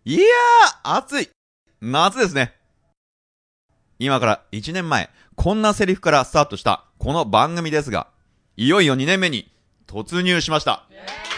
いやー、暑い。夏ですね。今から1年前、こんなセリフからスタートしたこの番組ですが、いよいよ2年目に突入しました。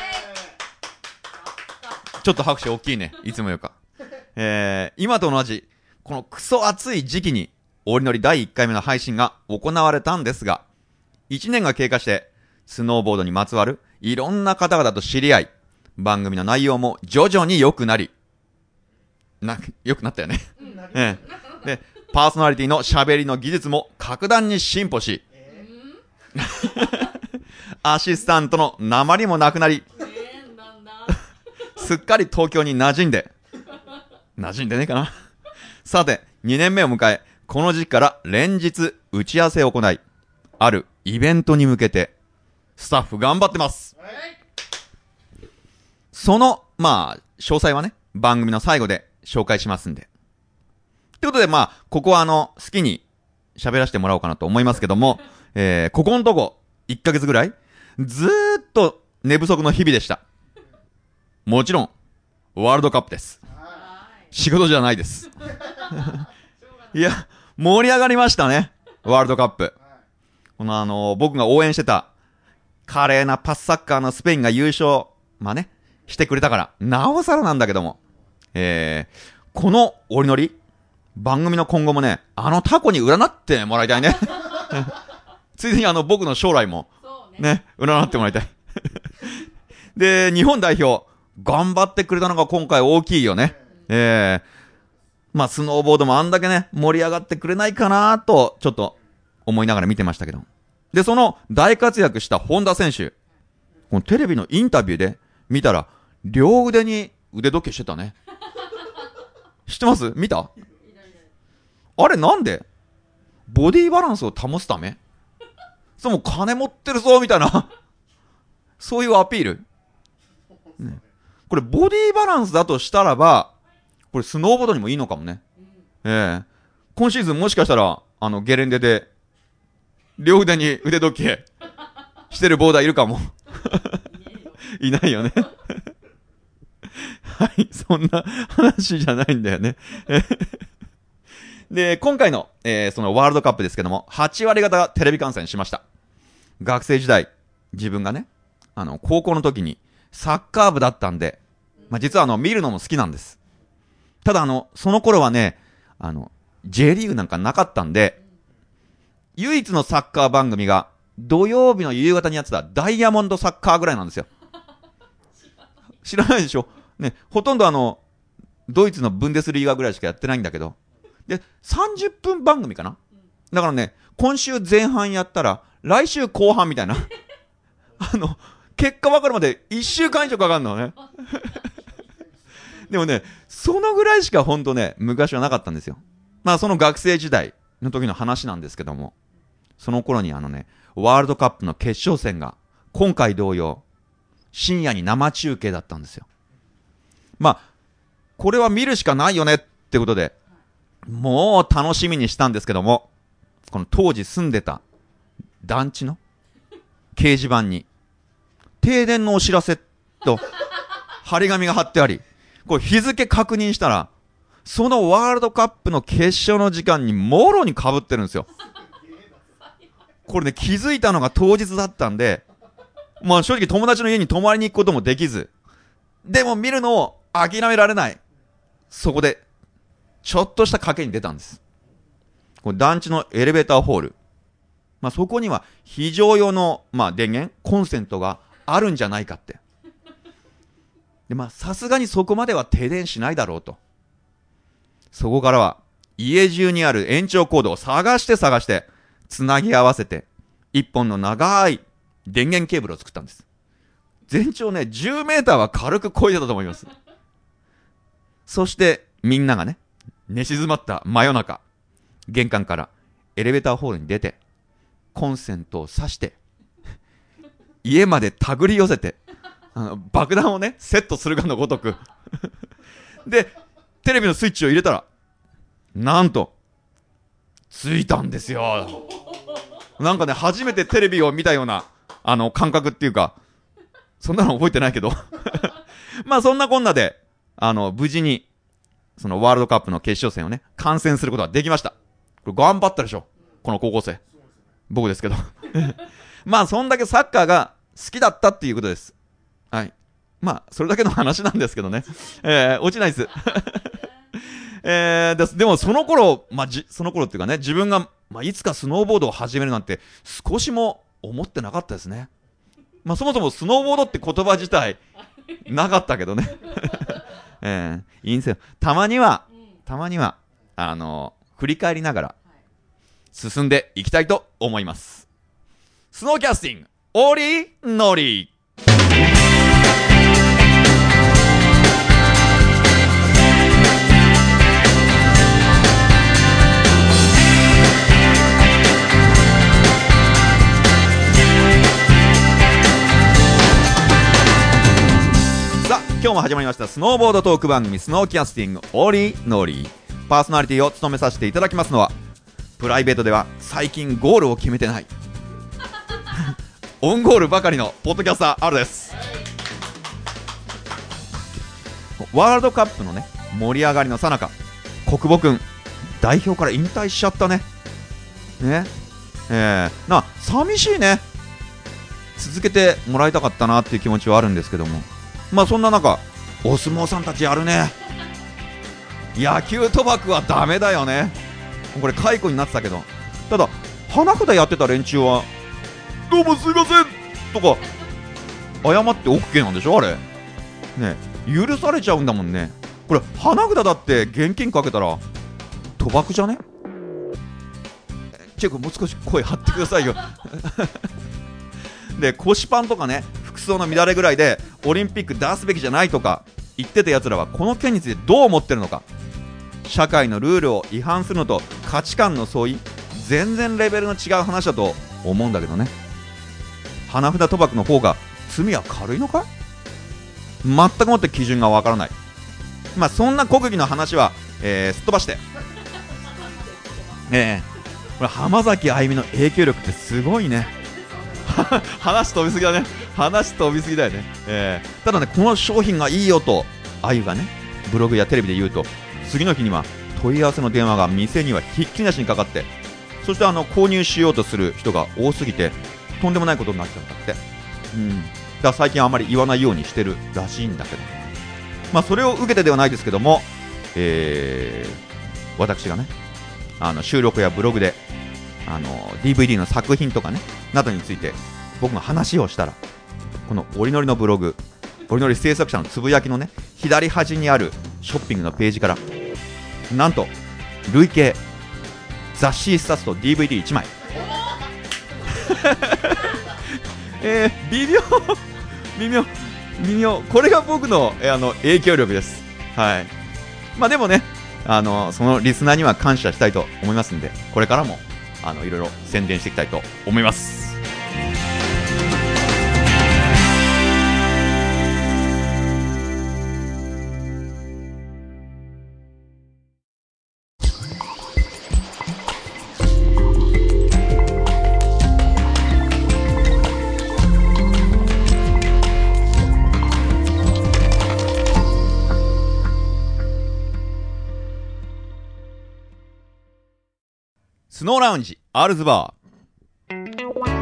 ちょっと拍手大きいね。いつもよりか。今と同じ、このクソ暑い時期に、おりのり第1回目の配信が行われたんですが、1年が経過して、スノーボードにまつわるいろんな方々と知り合い、番組の内容も徐々に良くなり、良くなったよね。で、パーソナリティの喋りの技術も格段に進歩し、アシスタントの訛りもなくなり、すっかり東京に馴染んでねえかな。さて、2年目を迎え、この時期から連日打ち合わせを行い、あるイベントに向けて、スタッフ頑張ってます。その、詳細はね、番組の最後で紹介しますんで。ということで、ここは好きに喋らせてもらおうかなと思いますけども、ここのとこ、1ヶ月ぐらい、ずーっと寝不足の日々でした。もちろん、ワールドカップです。仕事じゃないです。いや、盛り上がりましたね。ワールドカップ。この僕が応援してた、華麗なパスサッカーのスペインが優勝、してくれたから、なおさらなんだけども。このおりのり、番組の今後もね、タコに占ってもらいたいね。ついでに僕の将来も、ね、占ってもらいたい。で、日本代表、頑張ってくれたのが今回大きいよね。スノーボードもあんだけね、盛り上がってくれないかなと、ちょっと思いながら見てましたけど。で、その大活躍した本田選手、このテレビのインタビューで見たら、両腕に腕時計してたね。知ってます？見た？あれなんで？ボディバランスを保つため？そう、もう金持ってるぞみたいなそういうアピール、ね、これボディバランスだとしたらば、これスノーボードにもいいのかもね。今シーズンもしかしたらゲレンデで両腕に腕時計してるボーダーいるかもいないよねはい、そんな話じゃないんだよねで、今回の、そのワールドカップですけども、8割方がテレビ観戦しました。学生時代、自分がね、高校の時にサッカー部だったんで、実は見るのも好きなんです。ただその頃はね、J リーグなんかなかったんで、唯一のサッカー番組が土曜日の夕方にやってたダイヤモンドサッカーぐらいなんですよ。知らないでしょね、ほとんどドイツのブンデスリーガぐらいしかやってないんだけど、で、30分番組かな。だからね、今週前半やったら、来週後半みたいな。結果分かるまで1週間以上かかるのね。でもね、そのぐらいしかほんとね、昔はなかったんですよ。その学生時代の時の話なんですけども、その頃にワールドカップの決勝戦が、今回同様、深夜に生中継だったんですよ。これは見るしかないよねってことで、もう楽しみにしたんですけども、この当時住んでた団地の掲示板に停電のお知らせと張り紙が貼ってあり、これ日付確認したら、そのワールドカップの決勝の時間にもろに被ってるんですよ。これね、気づいたのが当日だったんで、正直友達の家に泊まりに行くこともできず、でも見るのを諦められない。そこでちょっとした賭けに出たんです。これ団地のエレベーターホール。そこには非常用の、電源、コンセントがあるんじゃないかって。で、さすがにそこまでは停電しないだろうと。そこからは家中にある延長コードを探して、つなぎ合わせて、一本の長い電源ケーブルを作ったんです。全長ね、10メーターは軽く超えてたと思います。そして、みんながね、寝静まった真夜中、玄関からエレベーターホールに出て、コンセントを挿して、家まで手繰り寄せて、爆弾をね、セットするかのごとく。で、テレビのスイッチを入れたら、なんと、ついたんですよ。なんかね、初めてテレビを見たような、感覚っていうか、そんなの覚えてないけど。そんなこんなで、無事にそのワールドカップの決勝戦をね、観戦することができました。これ頑張ったでしょ、この高校生。僕ですけど。まあ、そんだけサッカーが好きだったっていうことです。はい。まあ、それだけの話なんですけどね。落ちないです。でもその頃、その頃っていうかね、自分が、いつかスノーボードを始めるなんて少しも思ってなかったですね。そもそもスノーボードって言葉自体なかったけどね。いいんですよ。たまには、振り返りながら進んでいきたいと思います。スノーキャスティング、オーリーノーリー。今日も始まりましたスノーボードトーク番組スノーキャスティングオーリーノーリー。パーソナリティを務めさせていただきますのは、プライベートでは最近ゴールを決めてないオンゴールばかりのポッドキャスター R です。ワールドカップのね、盛り上がりの最中、小久保くん代表から引退しちゃったね。寂しいね。続けてもらいたかったなっていう気持ちはあるんですけども、そんな中、お相撲さんたちやるね。野球賭博はダメだよね。これ解雇になってたけど、ただ花札やってた連中はどうもすいませんとか謝って OK なんでしょ、あれね。許されちゃうんだもんね。これ花札だって現金かけたら賭博じゃね。チェックもう少し声張ってくださいよで、腰パンとかね、服装の乱れぐらいでオリンピック出すべきじゃないとか言ってたやつらはこの件についてどう思ってるのか。社会のルールを違反するのと価値観の相違、全然レベルの違う話だと思うんだけどね。花札賭博の方が罪は軽いのか。全くもって基準がわからない。そんな国技の話は、すっ飛ばして、これ浜崎あゆみの影響力ってすごいね話飛びすぎだね。ただね、この商品がいいよとあゆがね、ブログやテレビで言うと、次の日には問い合わせの電話が店にはひっきりなしにかかって、そして購入しようとする人が多すぎてとんでもないことになっちゃったって。だから最近あんまり言わないようにしてるらしいんだけど、それを受けてではないですけども、私がね、収録やブログでDVD の作品とかねなどについて僕が話をしたら、このおりのりのブログ、おりのり制作者のつぶやきのね、左端にあるショッピングのページからなんと累計雑誌1冊と DVD1 枚微妙。これが僕の、影響力です。はい。でもね、そのリスナーには感謝したいと思いますんで、これからもいろいろ宣伝していきたいと思います。スノーラウンジアールズバー。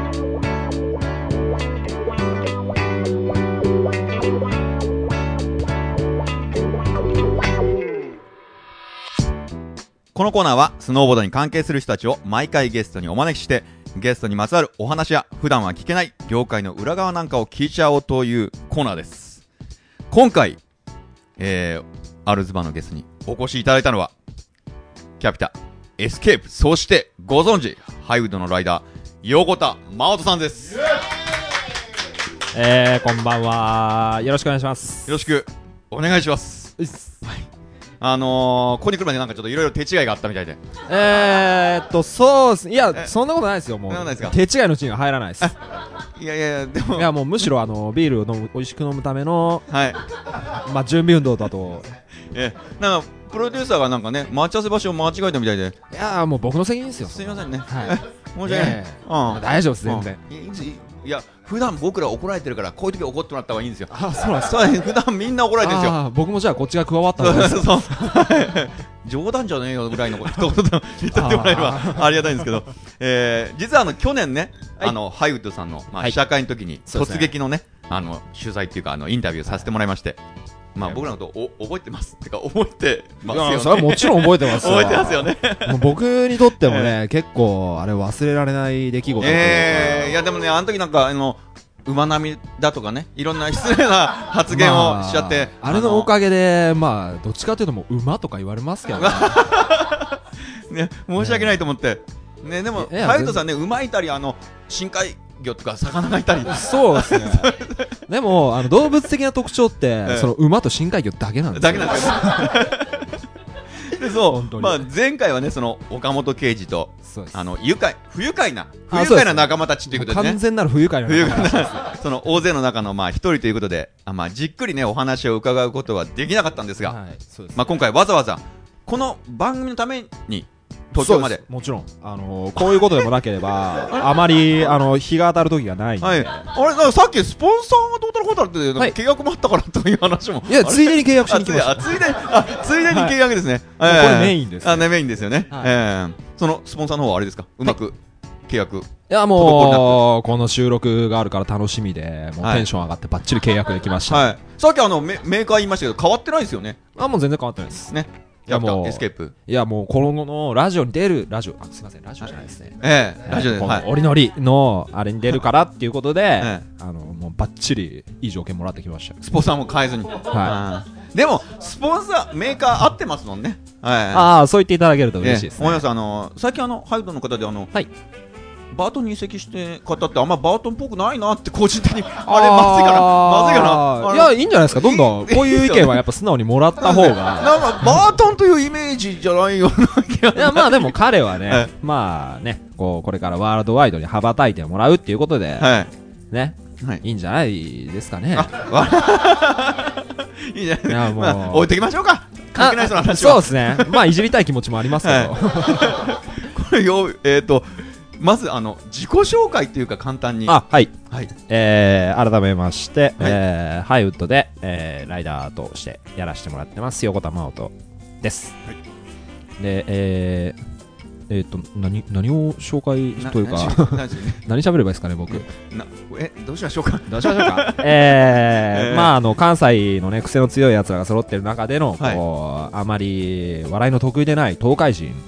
このコーナーはスノーボードに関係する人たちを毎回ゲストにお招きして、ゲストにまつわるお話や普段は聞けない業界の裏側なんかを聞いちゃおうというコーナーです。今回、アールズバーのゲストにお越しいただいたのはキャピタエスケープ、そしてご存知ハイウッドのライダー横田真音さんです。 こんばんは。よろしくお願いします。 よろしくお願いします。はい。ここに来るまでなんかちょっといろいろ手違いがあったみたいで。 そうですね。いや、そんなことないですよ。もう手違いのうちには入らないです。 いやでも、 いやもうむしろビールを美味しく飲むための、準備運動だと。 なんかプロデューサーがなんかね、待ち合わせ場所を間違えたみたいで。 いやもう僕の責任ですよ。 すいませんね。 はい。 申し訳ない。 大丈夫です、全然。 いや普段僕ら怒られてるからこういう時怒ってもらった方がいいんですよ。 あ、そうなんですそう普段みんな怒られてるんですよ。 僕もじゃあこっちが加わった方がいいですそう冗談じゃねえよぐらいの一言で言ってもらえればありがたいんですけど、実は去年ね、ハイウッドさんの、試写会の時に突撃のね、取材っていうかインタビューさせてもらいまして、僕らのことを覚えてますってか覚えてますよね。 それはもちろん覚えてますよ。 覚えてますよね。 もう僕にとってもね、結構あれ忘れられない出来事。 いやでもね、あの時なんか馬並みだとかね、いろんな失礼な発言をしちゃって、 あれのおかげでどっちかというともう馬とか言われますけどね。 ね、申し訳ないと思ってね。でもハイウッドさんね、馬いたり深海魚とか魚がいたり。 そうですね。でも動物的な特徴ってその馬と深海魚だけなんですよ。だけなんですよ。でそう前回はね、その岡本圭司と不愉快な仲間たちということでね、 完全なる不愉快な仲間たちその大勢の中の一人ということで、じっくりねお話を伺うことはできなかったんですが、今回わざわざこの番組のために東京まで。 もちろんこういうことでもなければあまり日が当たる時がないんで、 あれさっきスポンサーがどうたらこうたらって契約もあったからという話も、 いやついでに契約しに来ました。 ついでに契約ですね。これメインです。 メインですよね。そのスポンサーの方はあれですか、うまく契約。 いやもうこの収録があるから楽しみで、もうテンション上がってバッチリ契約できました。 さっきメーカー言いましたけど変わってないですよね。 もう全然変わってないですね。 いやもうエスケープ。 いやもうこのラジオに出るすいません、ラジオじゃないですね。 ラジオでおりのりのあれに出るからっていうことで、もうバッチリいい条件もらってきました。 スポンサーも変えずに。でもスポンサーメーカー合ってますもんね。 そう言っていただけると嬉しいですね。 思います。最近ハイウッドの方でバートンに移籍して方ってあんまバートンっぽくないなって個人的に、あれまずいかな。 いやいいんじゃないですか。どんどんこういう意見はやっぱ素直にもらった方がなんかバートンというイメージじゃないような気が。 いやでも彼はね、これからワールドワイドに羽ばたいてもらうっていうことでね、いいんじゃないですかね。 いいじゃない。置いてきましょうか。関係ない人の話は。そうですね。いじりたい気持ちもありますけど。 これまず自己紹介というか簡単に。 改めまして、ハイウッドで、ライダーとしてやらせてもらってます横田真央です。で、何を紹介というか何喋ればいいですかね僕。 どうしましょうか。 関西のね癖の強いやつらが揃ってる中でのあまり笑いの得意でない東海人。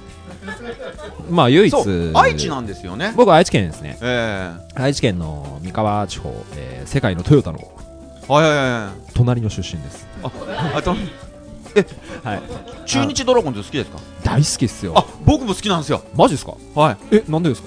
唯一愛知なんですよね。 僕は愛知県ですね。愛知県の三河地方、世界のトヨタの隣の出身です。 中日ドラゴンズ好きですか？ 大好きっすよ。 僕も好きなんですよ。 マジですか？なんでですか？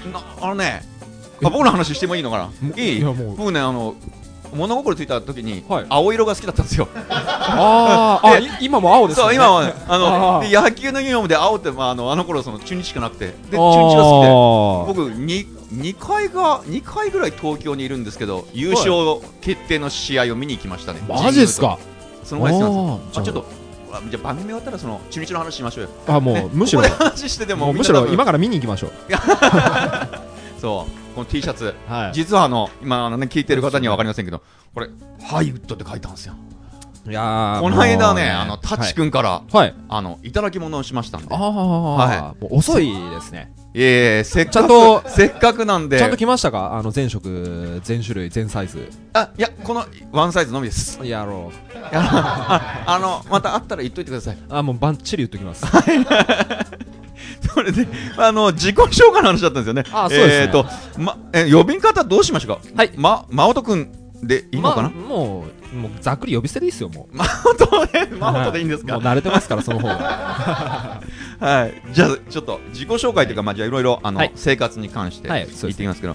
僕の話してもいいのかな？いい？僕ね物心ついた時に青色が好きだったんですよ。 今も青ですね。 そう、今は野球のユニフォームで青ってあの頃その中日しかなくて、で中日が好きで、僕2回ぐらい東京にいるんですけど、優勝決定の試合を見に行きましたね。 マジですか？ その前好きなんですよ。ちょっとじゃあ番組終わったらその中日の話しましょうよ。 もうむしろ話してでもむしろ今から見に行きましょう。 そう、この T シャツ、実は今聞いてる方には分かりませんけど、これハイウッドって書いたんですよ。 いやこの間ね、タッチ君からいただき物をしましたんで。 もう遅いですね。 せっかくなんで。 ちゃんと来ましたか？全色全種類全サイズ。 いやこのワンサイズのみです。 やろう。 またあったら言っといてください。 もうバッチリ言っときます。 それで自己紹介の話だったんですよね。 そうですね。呼び方どうしましょうか。真音くんでいいのかな。 もうざっくり呼び捨てでいいですよ。もう真音でいいんですか？ もう慣れてますからその方が。 じゃあちょっと自己紹介というか、じゃあいろいろ生活に関して言ってきますけど、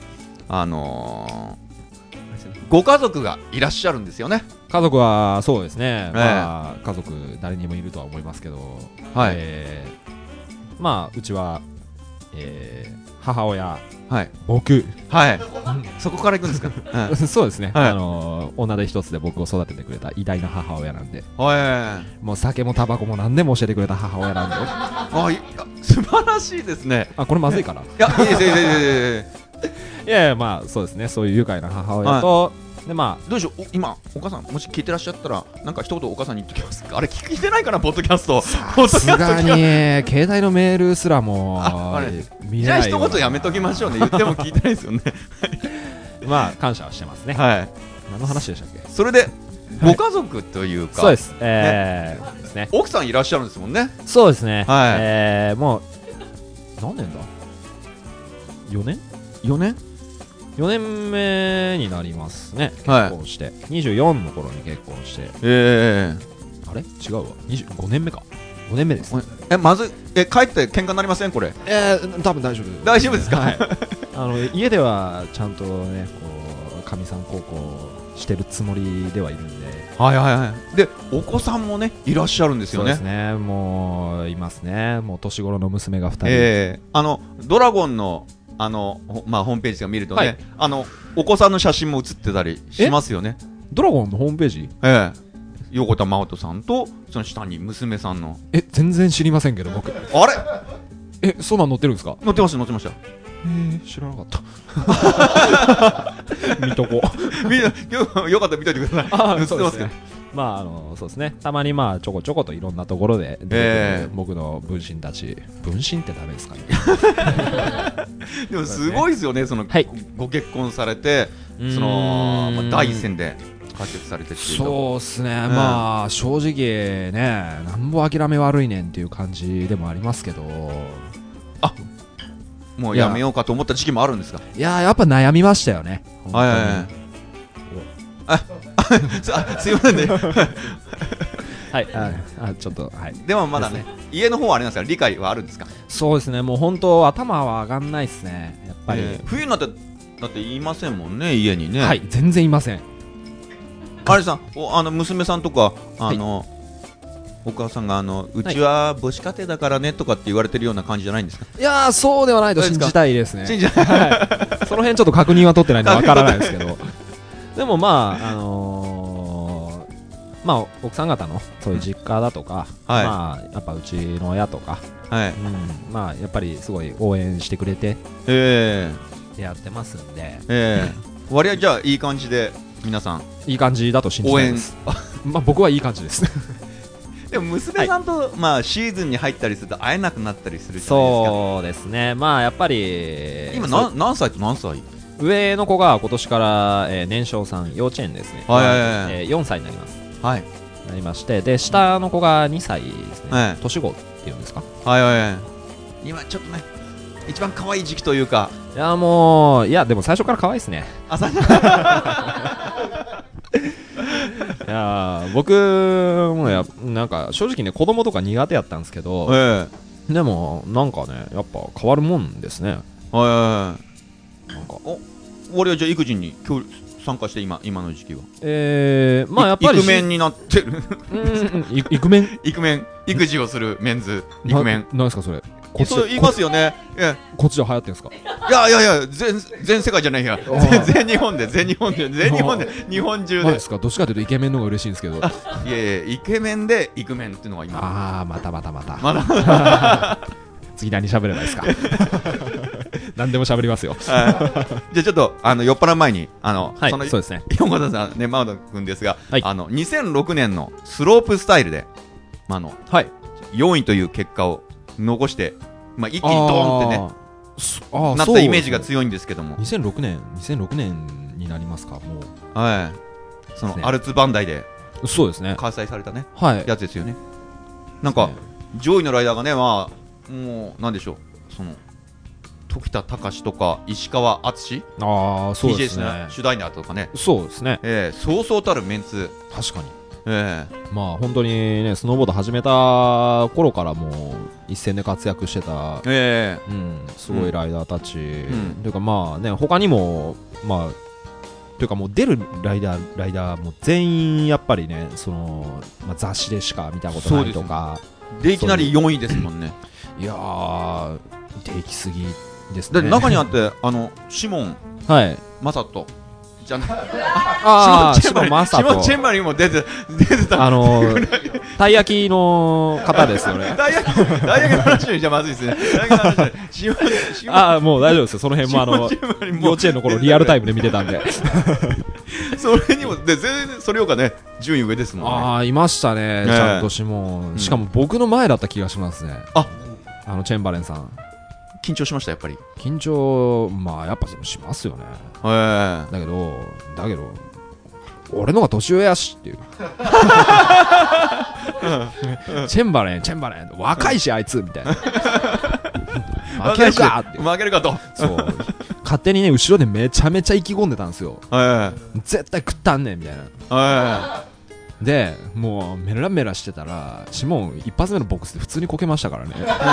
ご家族がいらっしゃるんですよね。 家族はそうですね。家族誰にもいるとは思いますけど、うちは母親、僕、 そこから行くんですか？ そうですね。女手一つで僕を育ててくれた偉大な母親なんで、もう酒もタバコも何でも教えてくれた母親なんで。 素晴らしいですね。 これまずいかな？いや、いいです。 いやいや、まあそうですね、そういう愉快な母親と、でまどうでしょう、今お母さんもし聞いてらっしゃったら、なんか一言お母さんに言っときますか。あれ聞いてないかな、ポッドキャスト。 あさすがに携帯のメールすらも見れない。 じゃあ一言やめときましょうね。言っても聞いてないですよね。 まあ感謝はしてますね。 はい。 何の話でしたっけ。 それでご家族というか、 そうです。ですね。 奥さんいらっしゃるんですもんね。 そうですね。 はい。 もう何年だ。4年 ？4年 ？4年目になりますね。結婚して、24の頃に結婚して。あれ違うわ。5年目か。5年目です。 まず帰って喧嘩になりませんこれ？ 多分大丈夫。 大丈夫ですか？ はい。家ではちゃんとね、こうかみさん孝行してるつもりではいるんで。 はいはいはい。でお子さんもねいらっしゃるんですよね。 そうですね。もういますね。もう年頃の娘が2 人。ドラゴンのまあ、ホームページが見るとね、お子さんの写真も写ってたりしますよね。 ドラゴンのホームページ？ 横田真音さんとその下に娘さんの。 全然知りませんけど僕。 あれ？そんなん載ってるんですか？ 載ってました載ってました。 知らなかった。見とこよかったら見といてください。載ってますけど。 まあそうですね。たまにまあちょこちょこといろんなところで、僕の分身たち。分身ってダメですかね。 でもすごいですよね。その、ご結婚されてその、第一線で活躍されてっていうと。 そうですね。まあ正直ね、なんぼ諦め悪いねんっていう感じでもありますけど。 もうやめようかと思った時期もあるんですか？ いややっぱ悩みましたよね。 すいませんね。 はい、ちょっとでもまだね、家の方はあれなんですか、理解はあるんですか？ そうですね。もう本当頭は上がんないですね。やっぱり冬になってだって言いませんもんね、家にね。 はい、全然いません。 あれさん、娘さんとかお母さんがうちは母子家庭だからねとかって言われてるような感じじゃないんですか？ いやそうではないと信じたいですね。 信じたい。 その辺ちょっと確認は取ってないんでわからないですけど。でもまあ奥さん方のそういう実家だとか、まあやっぱうちの親とか、まあやっぱりすごい応援してくれてやってますんで、 割合じゃあいい感じで皆さんいい感じだと信じたいです。まあ僕はいい感じです。 でも娘さんと、まあシーズンに入ったりすると会えなくなったりするじゃないですか。 そうですね。まあやっぱり今何歳と何歳？ 上の子が今年から、年少さん幼稚園ですね。4歳になります。なりまして、で下の子が2歳ですね。年子っていうんですか。今ちょっとね一番可愛い時期というか。 いやもういやでも最初から可愛いですね。いや僕もなんか正直ね子供とか苦手やったんですけど、でもなんかねやっぱ変わるもんですね。なんか俺はじゃあ育児に参加して今の時期はまあやっぱりイクメンになってる。 イクメン育児をするメンズイクメンなんですかそれ。 そう言いますよね。 こっちで流行ってんですか？ いや全世界じゃないや。全日本で日本中でですか。どっちかというとイケメンの方が嬉しいんですけど。 いやイケメンでイクメンっていうのが今。 また次何喋ればいいですか？何でも喋りますよ。 じゃあちょっと酔っ払う前にそうですね。 横田さんね、マウド君ですが、2006年のスロープスタイルで4位という結果を残して、まあ一気にドーンってねなったイメージが強いんですけども。 2006年になりますか。もうそのアルツバンダイでそうですね開催されたねやつですよね。なんか上位のライダーがね、まあもうなんでしょう、その時田隆とか石川敦、 そうですね、 シュダイナーとかね、 そうですね、 そうそうたるメンツ。 確かに、まあ本当にねスノーボード始めた頃からもう一戦で活躍してた、すごいライダーたち、というかまあね他にもまあというかもう出るライダーも全員やっぱりねその、雑誌でしか見たことないとかでいきなり4位ですもんね。 いやーできすぎですね。 で中にあってシモン、マサトじゃない。 シモンマサト。 チェンバリンも出てた。 たい焼きの方ですよね。 大学の話にじゃまずいですね。大学の話もう大丈夫ですよ。その辺も幼稚園の頃リアルタイムで見てたんで。 それにも全然それよかね、順位上ですもんね。 いましたね、ちゃんとシモン。しかも僕の前だった気がしますね。チェンバレンさん。 緊張しました、やっぱり。 緊張、やっぱしますよね。だけど、俺のが年上やしっていう。チェンバレン、若いし、あいつみたいな。負けるかって。 負けるかと。 そう。勝手にね、後ろでめちゃめちゃ意気込んでたんですよ。絶対食ったんねんみたいな。で、もうメラメラしてたら、シモン一発目のボックスで普通にこけましたからね。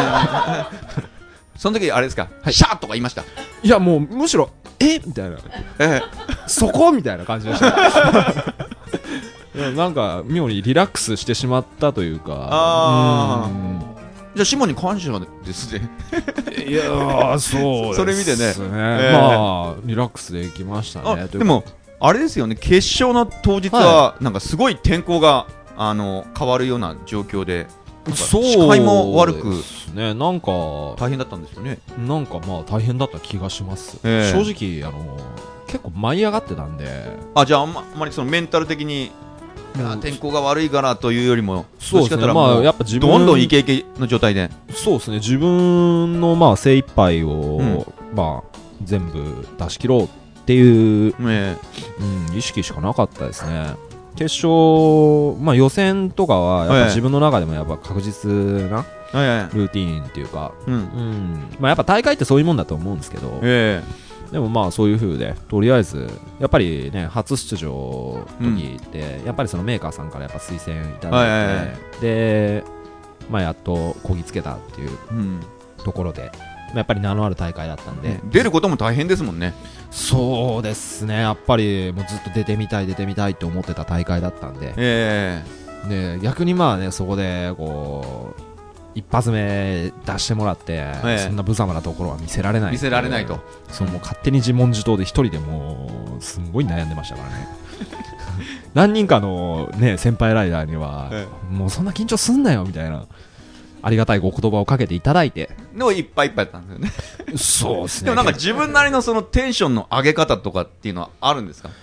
その時あれですか、シャーとか言いました？ いや、もうむしろみたいな、そこみたいな感じでしたなんか妙にリラックスしてしまったというか。 じゃあシモンに感謝ですね。 いやー、そうですね。 それ見てね、 リラックスできましたね。 でもあれですよね、決勝の当日はなんかすごい天候が変わるような状況で、視界も悪くね、なんか大変だったんですよね。 なんか大変だった気がします。正直結構舞い上がってたんで。 じゃああんまりそのメンタル的に天候が悪いからというよりも、 そうですね、やっぱ自分どんどんイケイケの状態で。 そうですね、自分の精一杯を全部出し切ろうっていう意識しかなかったですね。決勝、予選とかはやっぱ自分の中でもやっぱ確実なルーティーンっていうか、やっぱ大会ってそういうもんだと思うんですけど、でもそういう風で、とりあえずやっぱりね、初出場の時ってやっぱりそのメーカーさんからやっぱ推薦いただいて、でやっとこぎつけたっていうところで、やっぱり名のある大会だったんで、 出ることも大変ですもんね。 そうですね、やっぱりもうずっと出てみたいって思ってた大会だったんで、で逆にそこでこう一発目出してもらって、そんな無様なところは見せられないと、 もう勝手に自問自答で一人でもうすんごい悩んでましたからね。何人かのね先輩ライダーには、もうそんな緊張すんなよみたいなありがたいお言葉をかけていただいて、 でもいっぱいいっぱいやったんですよね。 そうですね。 でもなんか自分なりのそのテンションの上げ方とかっていうのはあるんですか？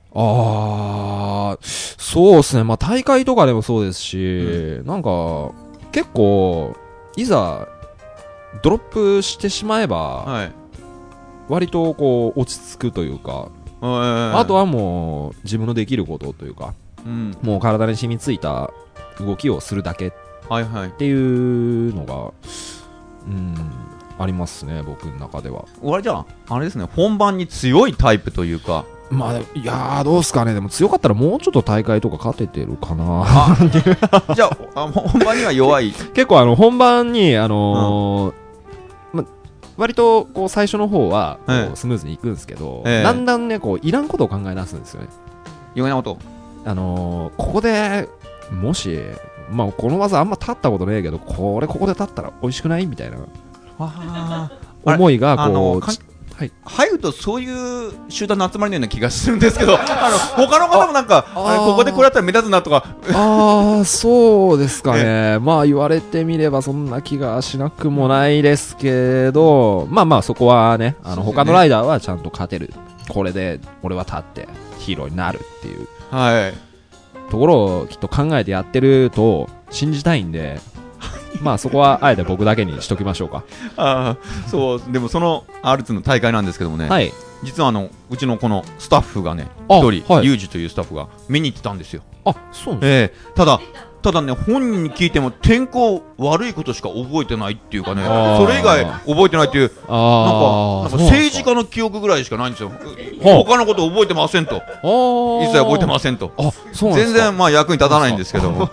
そうですね、大会とかでもそうですし、なんか結構いざドロップしてしまえば、割とこう落ち着くというか、あとはもう自分のできることというか、もう体に染みついた動きをするだけっていうのが、ありますね、僕の中では。 じゃあれですね、本番に強いタイプというか。 いやー、どうですかね。でも強かったらもうちょっと大会とか勝ててるかな。 じゃあ本番には弱い。 結構本番に割とこう最初の方はスムーズにいくんですけど、だんだんねこういらんことを考え出すんですよね。 余計なこと。 ここでもしこの技あんま立ったことねえけど、ここで立ったら美味しくないみたいな思いがこう。 入るとそういう集団の集まりのような気がするんですけど、他の方もなんかここでこれやったら目立つなとか。 そうですかね。言われてみればそんな気がしなくもないですけど、そこはね、他のライダーはちゃんと勝てる、これで俺は立ってヒーローになるっていうところをきっと考えてやってると信じたいんで、そこはあえて僕だけにしときましょうか。 そう、でもその R2 の大会なんですけどもね、実はうちのこのスタッフがね、一人、ユージというスタッフが見に行ってたんですよ。 そうです。 ただね、本人に聞いても天候悪いことしか覚えてないっていうかね、それ以外覚えてないっていう、なんか政治家の記憶ぐらいしかないんですよ。他のこと覚えてませんと、一切覚えてませんと。全然役に立たないんですけども。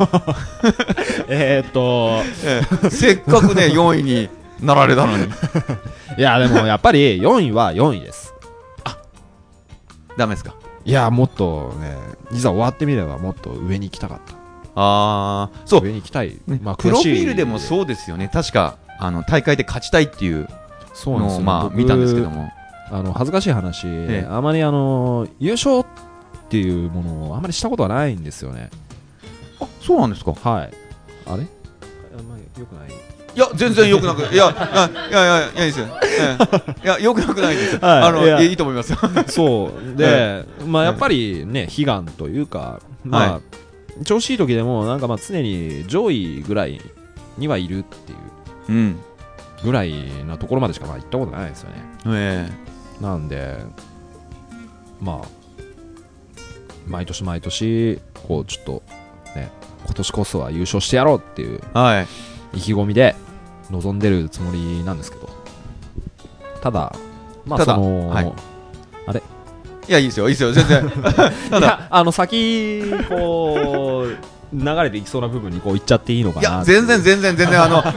せっかくね4位になられたのに。 いやでもやっぱり4位は4位です。 ダメですか？ いやもっとね、いざ終わってみればもっと上に行きたかった。 そう、 上に行きたい。 プロフィールでもそうですよね。確か大会で勝ちたいっていうのを見たんですけども、 恥ずかしい話、あまり優勝っていうものをあまりしたことはないんですよね。 あ、そうなんですか。 はい。あれあんまり良くない。 いや、全然良くなく、いや、いいですよ。いや、良くなくないです。 はい、 いいと思いますよ。 そうで、まあやっぱりね、悲願というか、まあ調子いい時でもなんかまあ常に上位ぐらいにはいるっていうぐらいなところまでしかまあ行ったことないですよね。なんで、まあ毎年毎年こうちょっとね、今年こそは優勝してやろうっていう意気込みで臨んでるつもりなんですけど、ただまああれ、 いや、いいですよ、いいですよ、全然。 いや、先こう流れていきそうな部分にこう行っちゃっていいのかな。 いや、全然これインタビ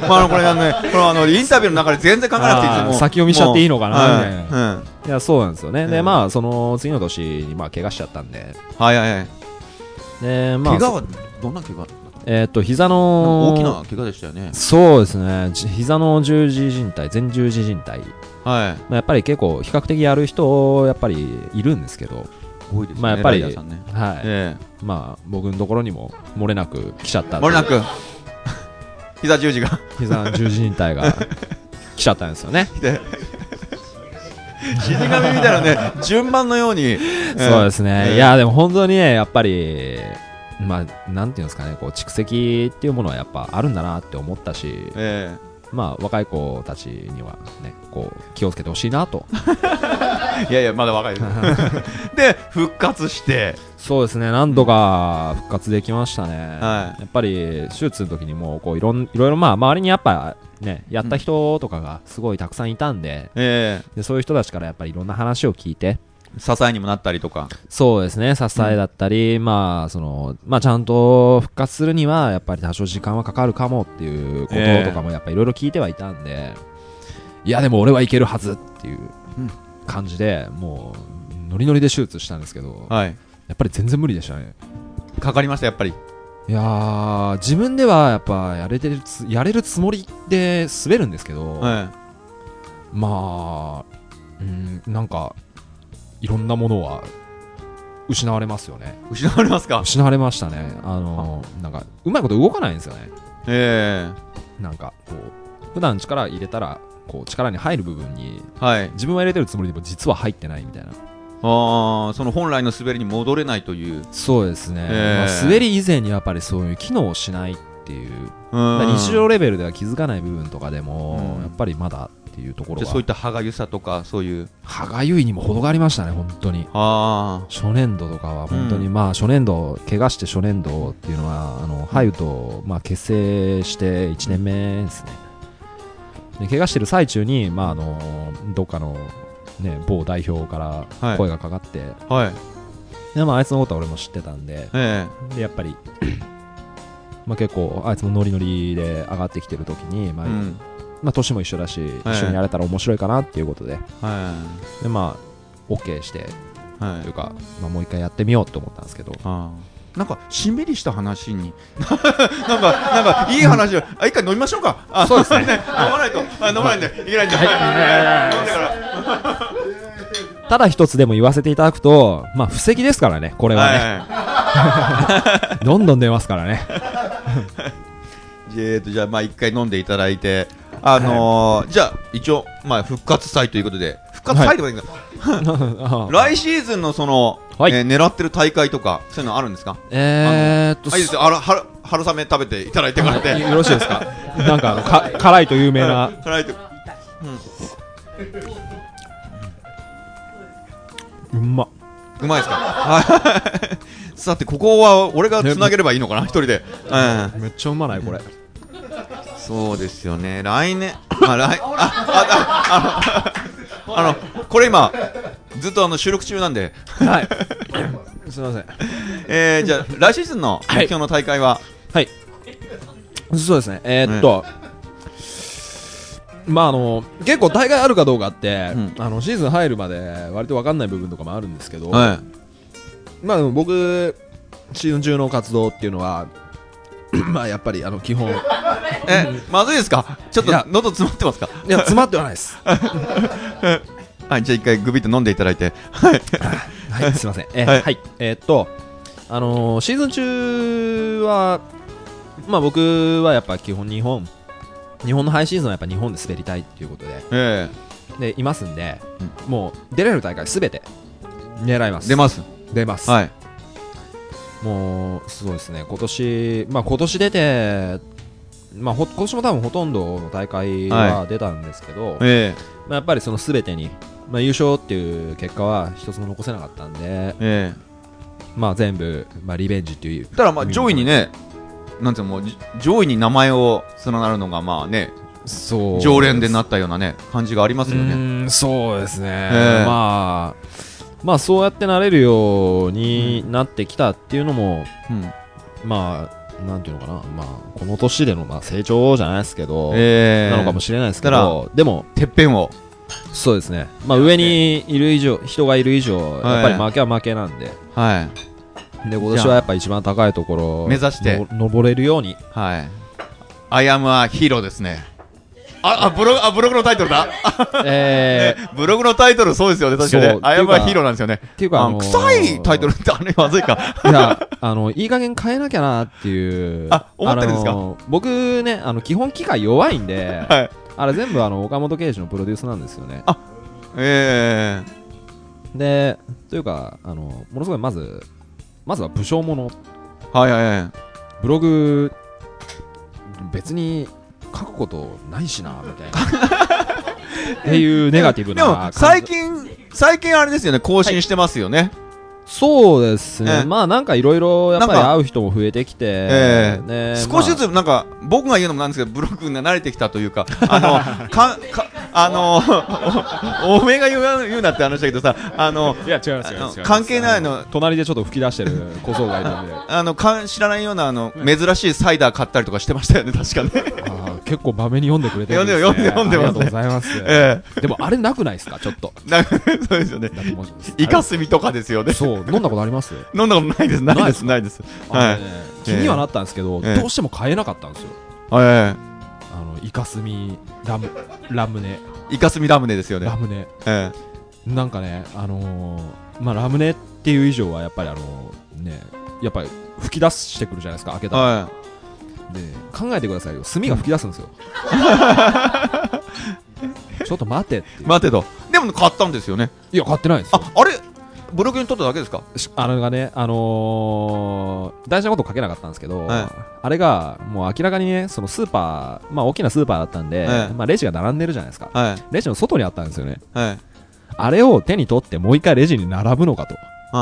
ューの中で全然考えなくていいですよ。 先読みしちゃっていいのかなみたいな。いや、そうなんですよね。で、まあその次の年にまあ怪我しちゃったんで。で、まあ怪我はどんな怪我？ 膝の大きな怪我でしたよね。 そうですね。膝の十字靭帯、前十字靭帯。やっぱり結構比較的やる人やっぱりいるんですけど、 多いですね。 まあやっぱり、 まあ僕のところにも漏れなく来ちゃった。 漏れなく膝十字靭帯が来ちゃったんですよね。 死神みたいなね、順番のように。 そうですね。いやでも本当にね、やっぱりまあなんていうんですかね、こう蓄積っていうものはやっぱあるんだなって思ったし。まあ若い子たちにはね、こう気をつけてほしいなと。 いやいや、まだ若いですで復活して、 そうですね、何度か復活できましたね。やっぱり手術の時にもこういろいろまあ周りにやっぱね、やった人とかがすごいたくさんいたんで、でそういう人たちからやっぱりいろんな話を聞いて、 支えにもなったりとか。 そうですね、支えだったり、まあちゃんと復活するにはやっぱり多少時間はかかるかもっていうこととかもやっぱいろいろ聞いてはいたんで、いやでも俺はいけるはずっていう感じで、もうノリノリで手術したんですけど、やっぱり全然無理でしたね。 かかりました、やっぱり。 いやー、自分ではやっぱやれるつもりで滑るんですけど、まあなんかいろんなものは失われますよね。 失われますか？ 失われましたね。なんかうまいこと動かないんですよね。なんかこう普段力入れたらこう力に入る部分に、自分は入れてるつもりでも実は入ってないみたいな。 その本来の滑りに戻れないという。 そうですね。滑り以前にやっぱりそういう機能をしないっていう。日常レベルでは気づかない部分とかでも、やっぱりまだっていうところは。 そういった歯がゆさとかそういう。 歯がゆいにも程がありましたね、本当に。初年度とかは本当に、まあ初年度怪我して初年度っていうのはハイウッドまあ結成して1年目ですね。で怪我してる最中にまあどっかのね、某代表から声がかかって、でまあ、あいつのことは俺も知ってたんで、でやっぱりまあ結構あいつもノリノリで上がってきてる時に、まあ年も一緒だし、一緒にやれたら面白いかなっていうことで、でまあ OK してというか、まあ、もう一回やってみようと思ったんですけど、 なんかしんみりした話になんかいい話を一回飲みましょうか。 そうですね。 飲まないと飲まないんでいけないんで。 ただ一つでも言わせていただくと、まあ布石ですからね、これはね。どんどん出ますからね。 じゃあまあ一回飲んでいただいて、じゃあ一応まあ復活祭ということで、復活祭とかいいんだ。来シーズンのその狙ってる大会とかそういうのあるんですか？いいですよ。春雨食べていただいてからでよろしいですか？なんか辛いと有名な。 辛いと。 うまいですか？さてここは俺がつなげればいいのかな、一人で。 めっちゃうまないこれ。 そうですよね。来年これ今ずっと収録中なんで、 すみません。じゃあ来シーズンの目標の大会は、 そうですね。まあ結構大会あるかどうかって、シーズン入るまで割と分かんない部分とかもあるんですけど、まあでも僕シーズン中の活動っていうのはまあやっぱり基本まずいですか？ちょっと喉詰まってますか？ いや詰まってはないです。 はい、じゃあ一回グビッと飲んでいただいて。はい。 はい、すいません。 はいはい。シーズン中は、まあ僕はやっぱ基本日本のハイシーズンはやっぱ日本で滑りたいっていうことで、で、いますんで、もう出れる大会すべて狙います。 出ます。はい。 もう、そうですね、今年出て、今年も多分ほとんどの大会は出たんですけど、やっぱりそのすべてに、優勝っていう結果は一つも残せなかったんで、全部、リベンジっていう。 ただ上位にね、なんていうの、もう上位に名前を連なるのが常連でなったようなね感じがありますよね。 そうですね。そうやってなれるようになってきたっていうのも、なんていうのかな、この年での成長じゃないですけど、なのかもしれないですけど、でもてっぺんを、 そうですね。上にいる以上、人がいる以上、やっぱり負けは負けなんで。で、今年はやっぱ一番高いところを目指して登れるように。 アイアムはヒーローですね。ブログのタイトルだ。ブログのタイトルそうですよね、確かにね。アイアムはヒーローなんですよね。 っていうか、 臭いタイトルってまずいか。 いや、いい加減変えなきゃなっていう。 思ってるんですか？ 僕ね、基本機械弱いんで、あれ全部岡本圭司のプロデュースなんですよね。で、というか、ものすごいまずは武将もの。ブログ、別に書くことないしな、みたいな。っていうネガティブな。 でも、最近あれですよね、更新してますよね。 そうですね。なんかいろいろやっぱり会う人も増えてきて、 少しずつ僕が言うのもなんですけど、ブログが慣れてきたというか、おめえが言うなって話だけどさ、 いや違います関係ないの、 隣でちょっと吹き出してる小僧がいるんで、知らないような珍しいサイダー買ったりとかしてましたよね、確かね。 結構まめに読んでくれてるんですね。 読んでます。ありがとうございます。でもあれなくないですか、ちょっと。 そうですよね。イカスミとかですよね。 そう、飲んだことあります？ 飲んだことないです。ないです。 気にはなったんですけど、どうしても買えなかったんですよ。イカスミラムネ。 イカスミラムネですよね。 ラムネ。なんかね、ラムネっていう以上はやっぱりやっぱり吹き出してくるじゃないですか、開けたら。で、考えてくださいよ、炭が吹き出すんですよ。ちょっと待てと。でも買ったんですよね。 いや、買ってないですよ。 あれブログに撮っただけですか？ あれがね、大事なこと書けなかったんですけど、あれがもう明らかにね、そのスーパー、大きなスーパーだったんで、レジが並んでるじゃないですか。レジの外にあったんですよね。あれを手に取ってもう一回レジに並ぶのかと。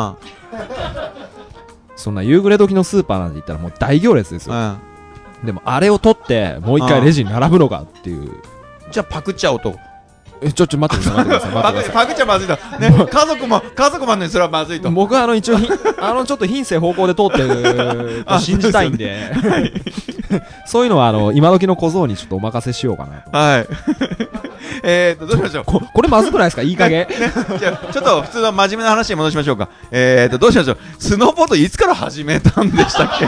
そんな夕暮れ時のスーパーなんて言ったらもう大行列ですよ。でもあれを取ってもう一回レジに並ぶのかっていう。 じゃあパクっちゃおうと。 ちょっと待ってください。 パクっちゃまずいと。ね、家族もね、それはまずいと。 僕は一応ちょっと品性方向で通ってると信じたいんで、そういうのは今時の小僧にちょっとお任せしようかなと。 どうしましょう。 これまずくないですか、いい加減。 じゃあちょっと普通の真面目な話に戻しましょうか。どうしましょう。スノーボードいつから始めたんでしたっけ？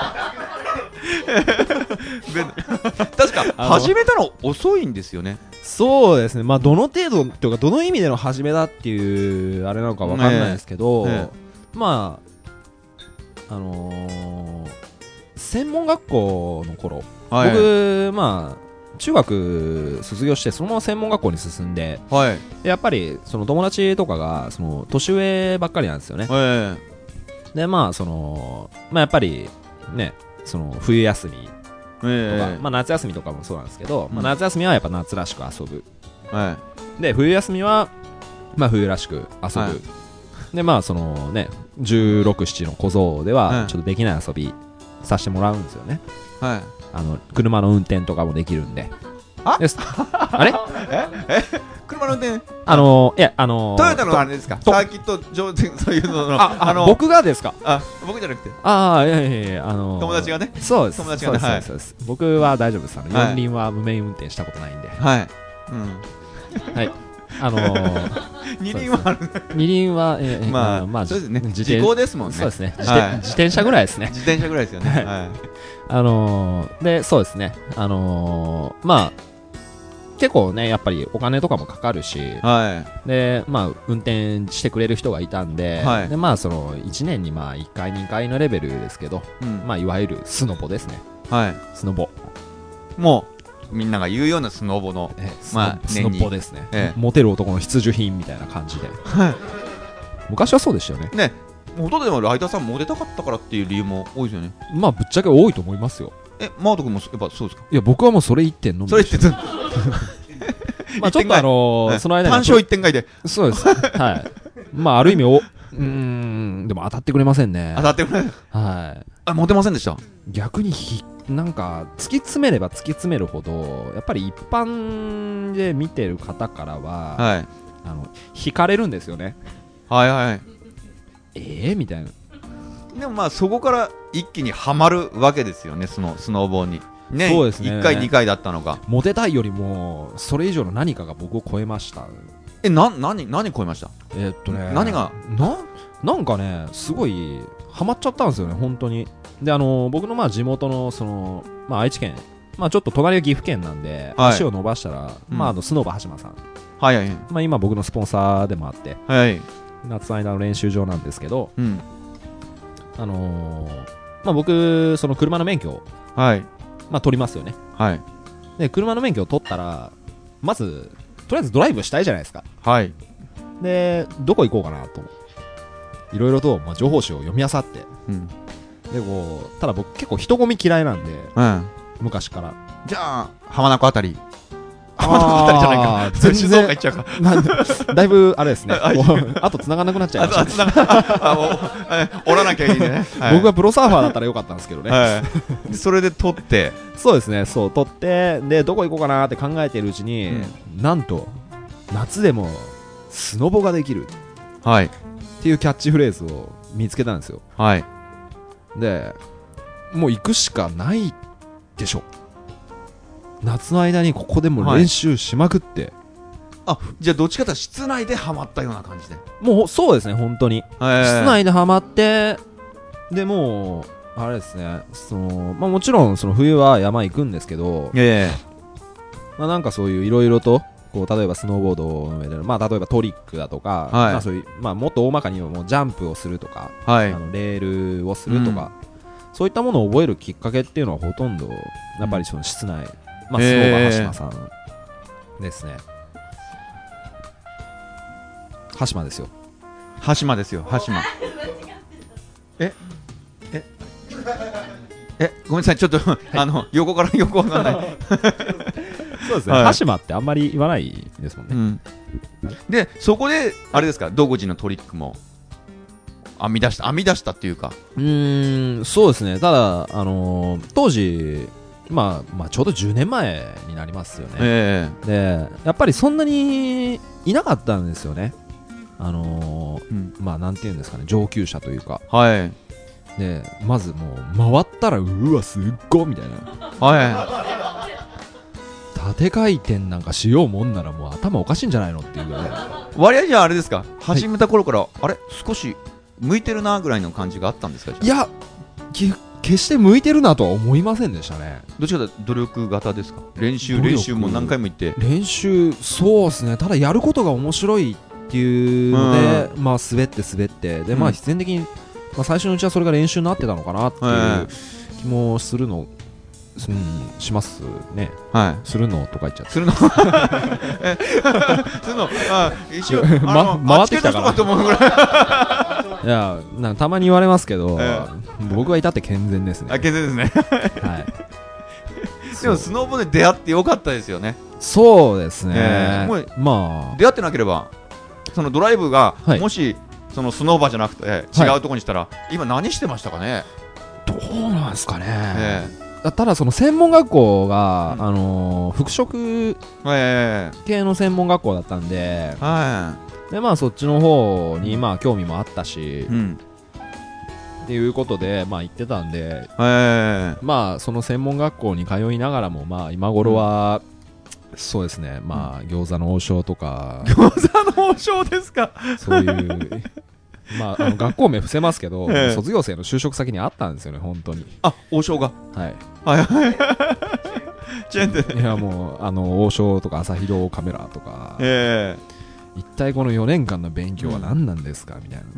確か始めたの遅いんですよね。 そうですね。どの程度というかどの意味での始めだっていうあれなのかわかんないですけど、専門学校の頃、僕中学卒業してそのまま専門学校に進んで、やっぱりその友達とかがその年上ばっかりなんですよね。でやっぱりね、その冬休みとか、夏休みとかもそうなんですけど、夏休みはやっぱ夏らしく遊ぶ、で冬休みは冬らしく遊ぶ、でそのね16、17の小僧ではちょっとできない遊びさせてもらうんですよね。車の運転とかもできるんで。あれ車の運転、 いやトヨタのあれですか、サーキット上でそういうのの、 僕がですか？ 僕じゃなくて、 いや友達がね。 そうです。 友達がね。 そうです。僕は大丈夫です。四輪は無免運転したことないんで。 二輪はある。 二輪はそうですね。時効ですもんね。 そうですね。自転車ぐらいですね。 自転車ぐらいですよね。 でそうですね。 結構ねやっぱりお金とかもかかるし、 はでまあ運転してくれる人がいたんで、 はいでまあその1年にまあ1回2回のレベルですけど、 い。うん。 まあいわゆるスノボですね。 はい。 スノボ、 もう、みんなが言うようなスノボの、まあスノ年にボですね、 ええモテる男の必需品みたいな感じで昔はそうでしたよね。 ね、ほとんどでもライダーさんモテたかったからっていう理由も多いですよね。 まあぶっちゃけ多いと思いますよ。 マート君もやっぱそうですか？ いや僕はもうそれ一点のみそれってずっと、 まあちょっとその間に単勝一点買いでそうですはいまあある意味でも当たってくれませんね。 当たってくれ。 はいあ、モテませんでした。 逆になんか突き詰めれば突き詰めるほどやっぱり一般で見てる方からは、 はい。 惹かれるんですよね。 はいはい。 みたいな。 でもまあそこから一気にはまるわけですよね、スノーボーに。ね、 そうですね 1回2回だったのが。 モテたいよりもそれ以上の何かが僕を超えました。 何超えました？何がなんかねすごいハマっちゃったんですよね本当に。で僕のまあ地元のその、まあ、愛知県、まあ、ちょっと隣は岐阜県なんで、 はい足を伸ばしたら、まあ、スノーバー鹿島さん、 はいはいまあ、今僕のスポンサーでもあってはい。 夏の間の練習場なんですけど、 うん。 まあ、僕その車の免許を、 はいまあ、取りますよね。 はいで車の免許を取ったらまずとりあえずドライブしたいじゃないですか。 はい。 でどこ行こうかなといろいろと、まあ、情報誌を読み漁ってうん。 でただ僕結構人混み嫌いなんでうん。 昔からじゃあ浜名湖あたり。浜名湖あたりじゃないか。 全静岡行然っちゃうか。 だいぶあれですねああと繋がんなくなっちゃいましたね。 つなが折らなきゃいいね。 僕はプロサーファーだったらよかったんですけどね、 はい。それで取って。 そうですね、そう取ってでどこ行こうかなって考えているうちに、なんと夏でもスノボができるはいっていうキャッチフレーズを見つけたんですよ。 はい。 でもう行くしかないでしょ。夏の間にここでも練習しまくって、 あ、じゃあどっちかというと室内でハマったような感じで。 もうそうですね本当に、室内でハマってでもうあれですねまあ、もちろんその冬は山行くんですけど、まあ、なんかそういういろいろとこう例えばスノーボードの上で、まあ、例えばトリックだとか、 はいまあそういうまあ、もっと大まかに言えばもうジャンプをするとか、 はい。 レールをするとか、そういったものを覚えるきっかけっていうのはほとんどやっぱりその室内、まあ、スノーバー鹿島さんですね。鹿島ですよ。 羽島ですよ、羽島。ごめんなさい、ちょっと、横から横わかんない。 そうですね、 はい鹿島ってあんまり言わないですもんね。 うん。で、そこで、あれですか、独自のトリックも編み出したっていうか。 そうですね。ただ、当時、まあ、ちょうど10年前になりますよね。で、やっぱりそんなにいなかったんですよね。まあ、なんていうんですかね、上級者というか。 はい。 で、まずもう、回ったら、うわ、すっごいみたいな。 は縦回転なんかしようもんなら、もう頭おかしいんじゃないのっていうぐらい。 割合じゃあれですか、始めた頃から、あれ、少し向いてるなぐらいの感じがあったんですか？ いや、決して向いてるなとは思いませんでしたね。 どっちかというと努力型ですか？練習も何回も行って。 練習、そうですね。ただやることが面白いっていうので、まあ滑ってで、まあ必然的に、まあ、最初のうちはそれが練習になってたのかなっていう気もするの、しますね。 はい。 するのとか言っちゃって。 するのするの、一応、 回ってきたからと思うぐらい。 いや、なんかたまに言われますけど、僕は至って健全ですね。 健全ですね。 はい。 でもスノーボーで出会ってよかったですよね。 そうですね。まあ出会ってなければ、そのドライブが、 はいもしそのスノーバーじゃなくて違うところにしたら、今何してましたかね。 どうなんですかね。ただその専門学校が、服飾系の専門学校だったんで、でまあそっちの方にまあ興味もあったし、っていうことでまあ行ってたんで、まあその専門学校に通いながらもまあ今頃は、そうですね、まあ餃子の王将とか、 餃子の王将ですか。 そういうまあ学校名伏せますけど、卒業生の就職先にあったんですよね本当に。 王将が。 はい。 チェーン店。 いやもう王将とか朝日堂カメラとか、 え一体この4年間の勉強は何なんですかみたいな、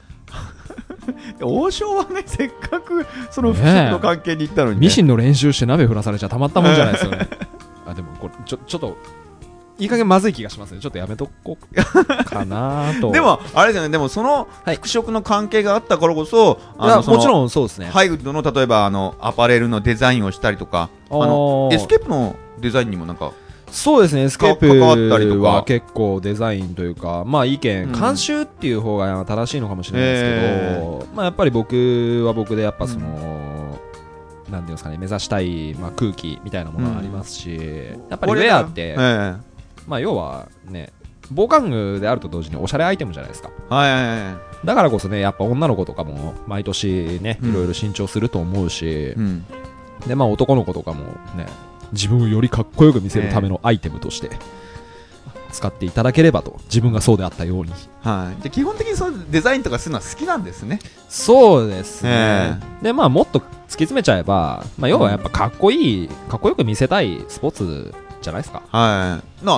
王将はね、せっかくその服飾の関係に行ったのに、ね、 ミシンの練習して鍋振らされちゃたまったもんじゃないですよね。あ、でもこれちょっといい加減まずい気がしますね。ちょっとやめとこうかなと。 でもあれですよね、でもその服飾の関係があったからこそ、 いやもちろんそうですね。 ハイウッドの例えばアパレルのデザインをしたりとか、エスケープのデザインにもなんか。 そうですね、エスケープは結構デザインというか、まあ意見、監修っていう方が正しいのかもしれないですけど、まあやっぱり僕は僕でやっぱその、なんていうんですかね、目指したい、まあ、空気みたいなものがありますし、やっぱりウェアって、まあ要はね、防寒具であると同時におしゃれアイテムじゃないですか。だからこそね、やっぱ女の子とかも毎年ね、いろいろ新調すると思うし、でまあ男の子とかもね、自分をよりかっこよく見せるためのアイテムとして使っていただければと、自分がそうであったように。 はい。で基本的にそういうデザインとかするのは好きなんですね。 そうですね。でまあもっと突き詰めちゃえば、まあ要はやっぱかっこいい、かっこよく見せたいスポーツじゃないですか。 はい。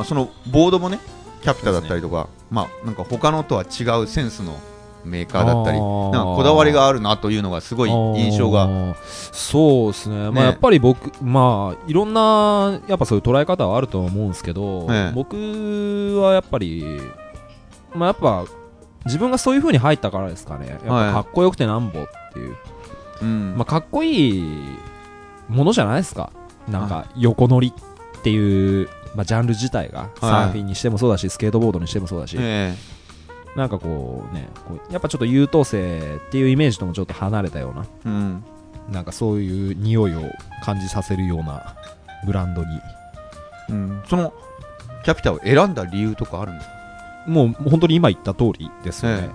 そのボードもね、キャピタだったりとか、まあなんか他のとは違うセンスのメーカーだったり、なんかこだわりがあるなというのがすごい印象が。 そうですね。まあやっぱり僕、まあいろんなやっぱそういう捉え方はあると思うんですけど、僕はやっぱりまあやっぱ自分がそういう風に入ったからですかね。やっぱかっこよくてなんぼっていう、まあかっこいいものじゃないですか。なんか横乗りっていう、まあジャンル自体がサーフィンにしてもそうだし、スケートボードにしてもそうだし。なんかこうね、やっぱちょっと優等生っていうイメージともちょっと離れたような、なんかそういう匂いを感じさせるようなブランドに、 そのキャピタを選んだ理由とかあるんですか？ もう本当に今言った通りですよね。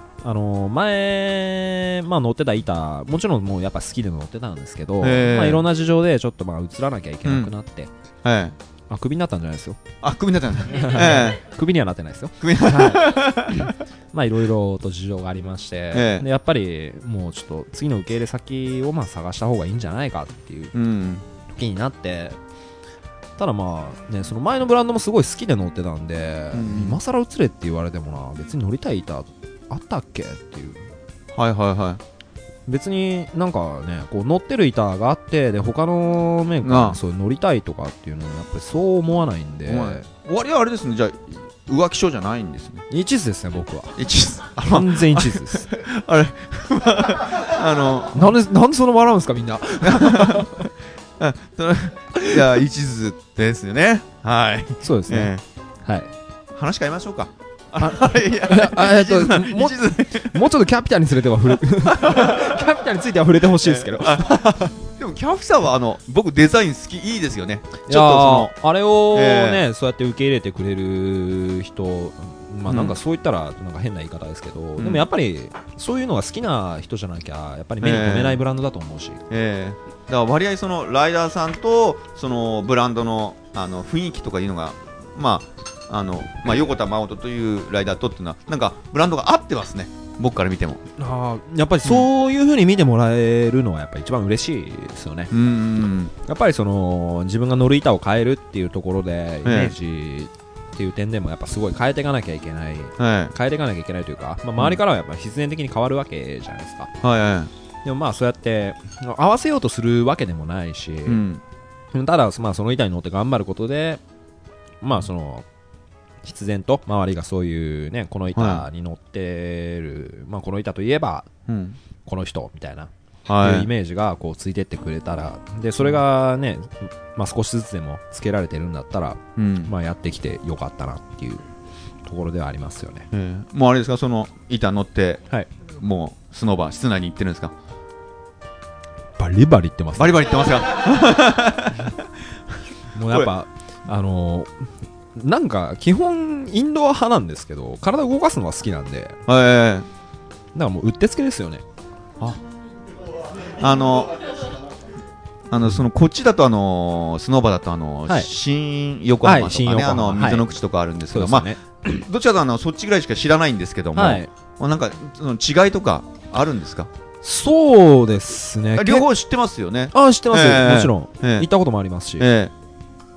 前、まあ乗ってた板、もちろんもうやっぱ好きで乗ってたんですけど、まあいろんな事情でちょっとまあ移らなきゃいけなくなって、クビになったんじゃないですよ。 クビになったんですね。 クビにはなってないですよ。まあいろいろと事情がありまして、でやっぱりもうちょっと次の受け入れ先をまあ探した方がいいんじゃないかっていう時になって、ただまあね、その前のブランドもすごい好きで乗ってたんで、今更移れって言われてもな、別に乗りたい板あったっけっていう。別になんかね、こう乗ってる板があって、で他のメーカーにそう乗りたいとかっていうのはやっぱりそう思わないんで。 終わりはあれですね、じゃあ浮気症じゃないんですね。 一途ですね、僕は。 完全一途です。 あれなんでその笑うんですかみんな。 いや、一途ですよね。はい。 そうですね。はい。 話変えましょうか。 もうちょっとキャピタについてはキャピタについては触れてほしいですけど。 でもキャピタは僕デザイン好き、いいですよね。 ちょっとあれをね、そうやって受け入れてくれる人、まあなんかそう言ったらなんか変な言い方ですけど、でもやっぱりそういうのが好きな人じゃなきゃやっぱり目に留めないブランドだと思うし。だから割合そのライダーさんとそのブランドの雰囲気とかいうのが、まあ横田真音というライダーとっていうのはなんかブランドが合ってますね、僕から見ても。 やっぱりそういう風に見てもらえるのはやっぱり一番嬉しいですよね。やっぱりその自分が乗る板を変えるっていうところでイメージっていう点でもやっぱすごい変えていかなきゃいけない、変えていかなきゃいけないというか、まあ、周りからはやっぱ必然的に変わるわけじゃないですか。でもまあそうやって合わせようとするわけでもないし、ただまあその板に乗って頑張ることで、まあその必然と周りがそういうね、この板に乗ってる、まあこの板といえばこの人みたいないうイメージがこうついてってくれたら、でそれがね、まあ少しずつでもつけられてるんだったら、まあやってきてよかったなっていうところではありますよね。 もうあれですか、その板乗って、もうスノバ室内に行ってるんですか？ バリバリ行ってます。 バリバリ行ってますか？ もうやっぱなんか基本インドア派なんですけど、体を動かすのが好きなんで、だからもううってつけですよね。 そのこっちだとスノーバだと新横浜とかね、水の口とかあるんですけど、まあどちらかそっちぐらいしか知らないんですけども、なんかその違いとかあるんですか？ そうですね。 両方知ってますよね。 知ってますよ、もちろん。行ったこともありますし。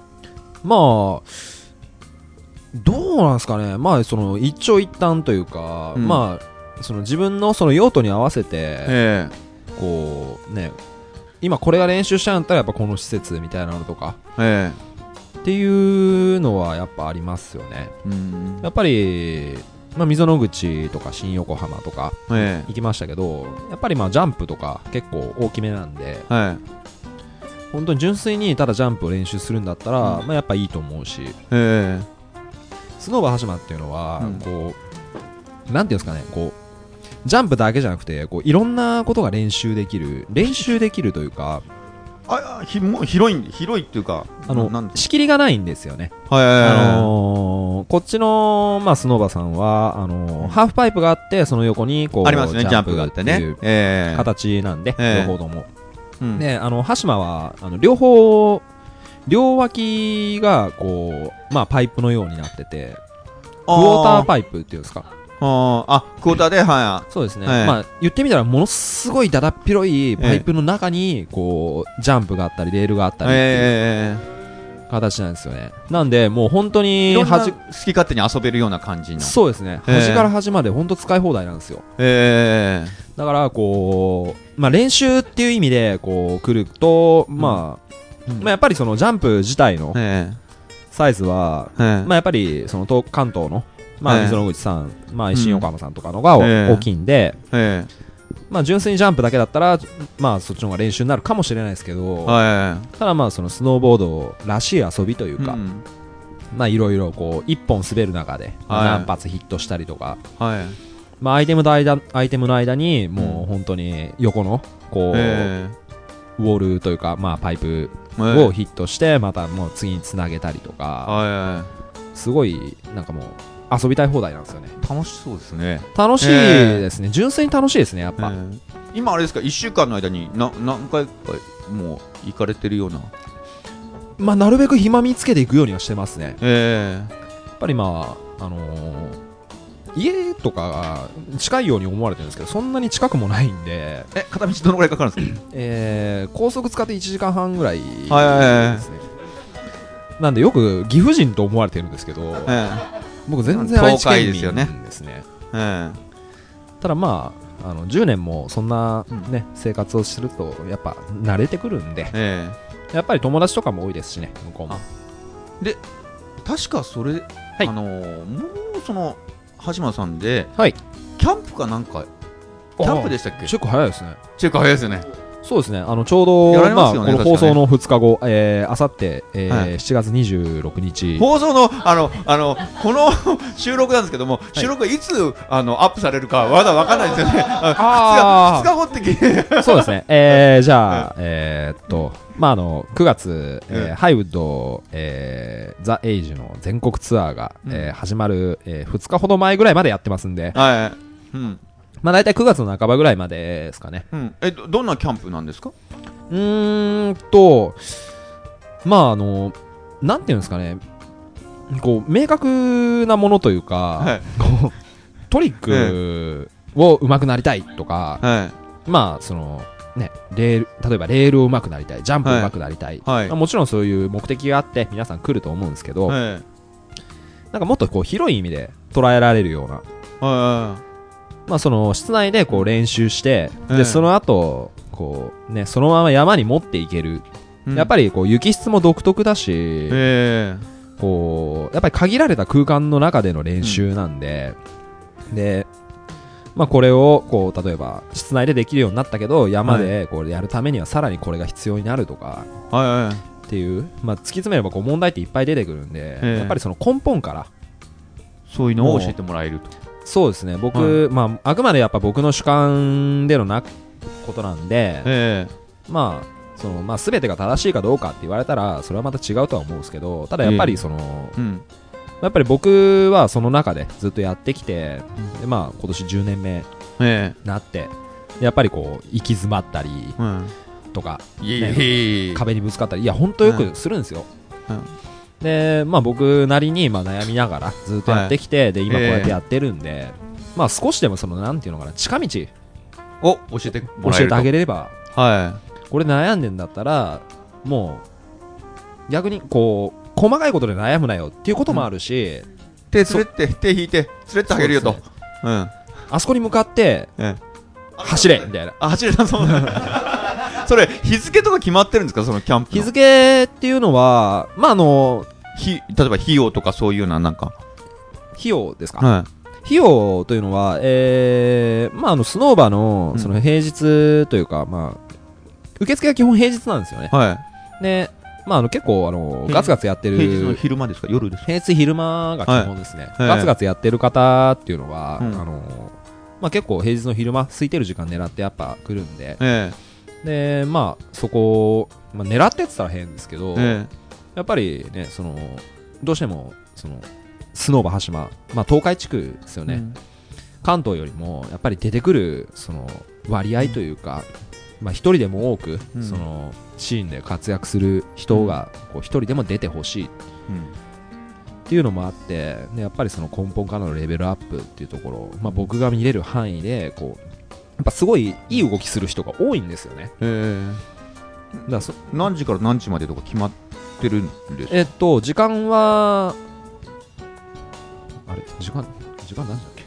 まあどうなんですかね。まあその一長一短というか、まあその自分のその用途に合わせて、こうね、今これが練習したんだったらやっぱこの施設みたいなのとか、っていうのはやっぱありますよね。やっぱり、まあ、溝の口とか新横浜とか行きましたけど、やっぱりまあジャンプとか結構大きめなんで、本当に純粋にただジャンプを練習するんだったら、まあ、やっぱいいと思うし、スノーバーはしまっていうのは、こうなんていうんですかね、こうジャンプだけじゃなくてこういろんなことが練習できるというか、 もう広いっていうか、 仕切りがないんですよね。こっちの、まあ、スノーバーさんはハーフパイプがあって、その横にこうありますね、ジャンプがあってね、 形なんで、両方とも。で、羽島は両方両脇がこう、まあ、パイプのようになってて、クォーターパイプっていうんですか。 クォーターで、 そうですね。まあ、言ってみたらものすごいだだっ広いパイプの中にこうジャンプがあったりレールがあったりっていう形なんですよね。なんでもう本当に好き勝手に遊べるような感じの。 そうですね。端から端まで本当使い放題なんですよ。だからこう、まあ、練習っていう意味でこう来ると、まあやっぱりそのジャンプ自体のサイズは、まあやっぱりその関東のまあ溝の口さん、まあ新横浜さんとかのが大きいんで、まあ純粋にジャンプだけだったら、まあそっちの方が練習になるかもしれないですけど、ただまあそのスノーボードらしい遊びというか、まあいろいろこう一本滑る中で何発ヒットしたりとか、まあアイテムの間にもう本当に横のこう、ウォールというかまあパイプをヒットしてまたもう次につなげたりとか、すごいなんかもう遊びたい放題なんですよね。 楽しそうですね。 楽しいですね。純粋に楽しいですね、やっぱ。 今あれですか、1週間の間に何回かもう行かれてるような。 まあなるべく暇見つけていくようにはしてますね。やっぱりまあ家とかが近いように思われてるんですけど、そんなに近くもないんで。 片道どのぐらいかかるんですか？高速使って1時間半ぐらいですね。なんでよく岐阜人と思われてるんですけど、僕全然愛知県民ですね。ただまあ10年もそんなね、生活をするとやっぱ慣れてくるんで、やっぱり友達とかも多いですしね、向こうも。 で確かそれ、もうその羽島さんで、キャンプかなんかキャンプでしたっけ？ チェック早いですね。 チェック早いですよね。 そうですね。ちょうど、まあ、この放送の2日後、あさって、7月26日。 放送の、この収録なんですけども、収録がいつ、アップされるか、まだわかんないですよね。2日後って聞いて。 そうですね。じゃあ、まあ、9月、ハイウッド、ザ・エイジの全国ツアーが、始まる、2日ほど前ぐらいまでやってますんで、まあ大体9月の半ばぐらいまでですかね。 どんなキャンプなんですか？ まあなんていうんですかね、こう明確なものというか、こうトリックを上手くなりたいとか、まあそのね、例えばレールを上手くなりたい、ジャンプを上手くなりたい、もちろんそういう目的があって皆さん来ると思うんですけど、なんかもっとこう広い意味で捉えられるような。まあその室内でこう練習して、でその後こうね、そのまま山に持っていける。やっぱりこう雪質も独特だし、こうやっぱり限られた空間の中での練習なんで、でまあこれをこう例えば室内でできるようになったけど山でこうやるためにはさらにこれが必要になるとかっていう、まあ突き詰めればこう問題っていっぱい出てくるんで、やっぱりその根本からそういうのを教えてもらえると。 そうですね。僕、まああくまでやっぱ僕の主観でのことなんで、まあそのまあ全てが正しいかどうかって言われたらそれはまた違うとは思うんですけど、ただやっぱりその、やっぱり僕はその中でずっとやってきて、でまあ今年10年目になって、やっぱりこう行き詰まったりとか、壁にぶつかったり、いや本当よくするんですよ。でまあ僕なりにまあ悩みながらずっとやってきて、で今こうやってやってるんで、まあ少しでもそのなんていうのかな、近道を教えてあげれれば、これ悩んでんだったらもう逆にこう細かいことで悩むなよっていうこともあるし、 手引いて、つれってあげるよと。うん。 あそこに向かって、走れみたいな。 走れだ、そうだ。それ、日付とか決まってるんですか、そのキャンプの。 日付っていうのは、まあ例えば費用とかそういうのはなんか。 費用ですか、費用というのは、まあスノーバーの、その平日というか、まあ、受付は基本平日なんですよね。 はい。 で、まあ結構ガツガツやってる。 平日の昼間ですか、夜ですか。 平日昼間が基本ですね。ガツガツやってる方っていうのは、まあ結構平日の昼間、空いてる時間狙ってやっぱ来るんで、で、まあそこを、まあ、狙ってって言ったら変ですけど、やっぱりね、どうしても、スノーバー羽島、まあ東海地区ですよね。関東よりも、やっぱり出てくる、割合というか、まあ一人でも多く、シーンで活躍する人が一人でも出てほしいっていうのもあって、でやっぱりその根本からのレベルアップっていうところ、まあ、僕が見れる範囲でやっぱすごいいい動きする人が多いんですよね。 何時から何時までとか決まってるんですか。 時間はあれ時間何時だっけ。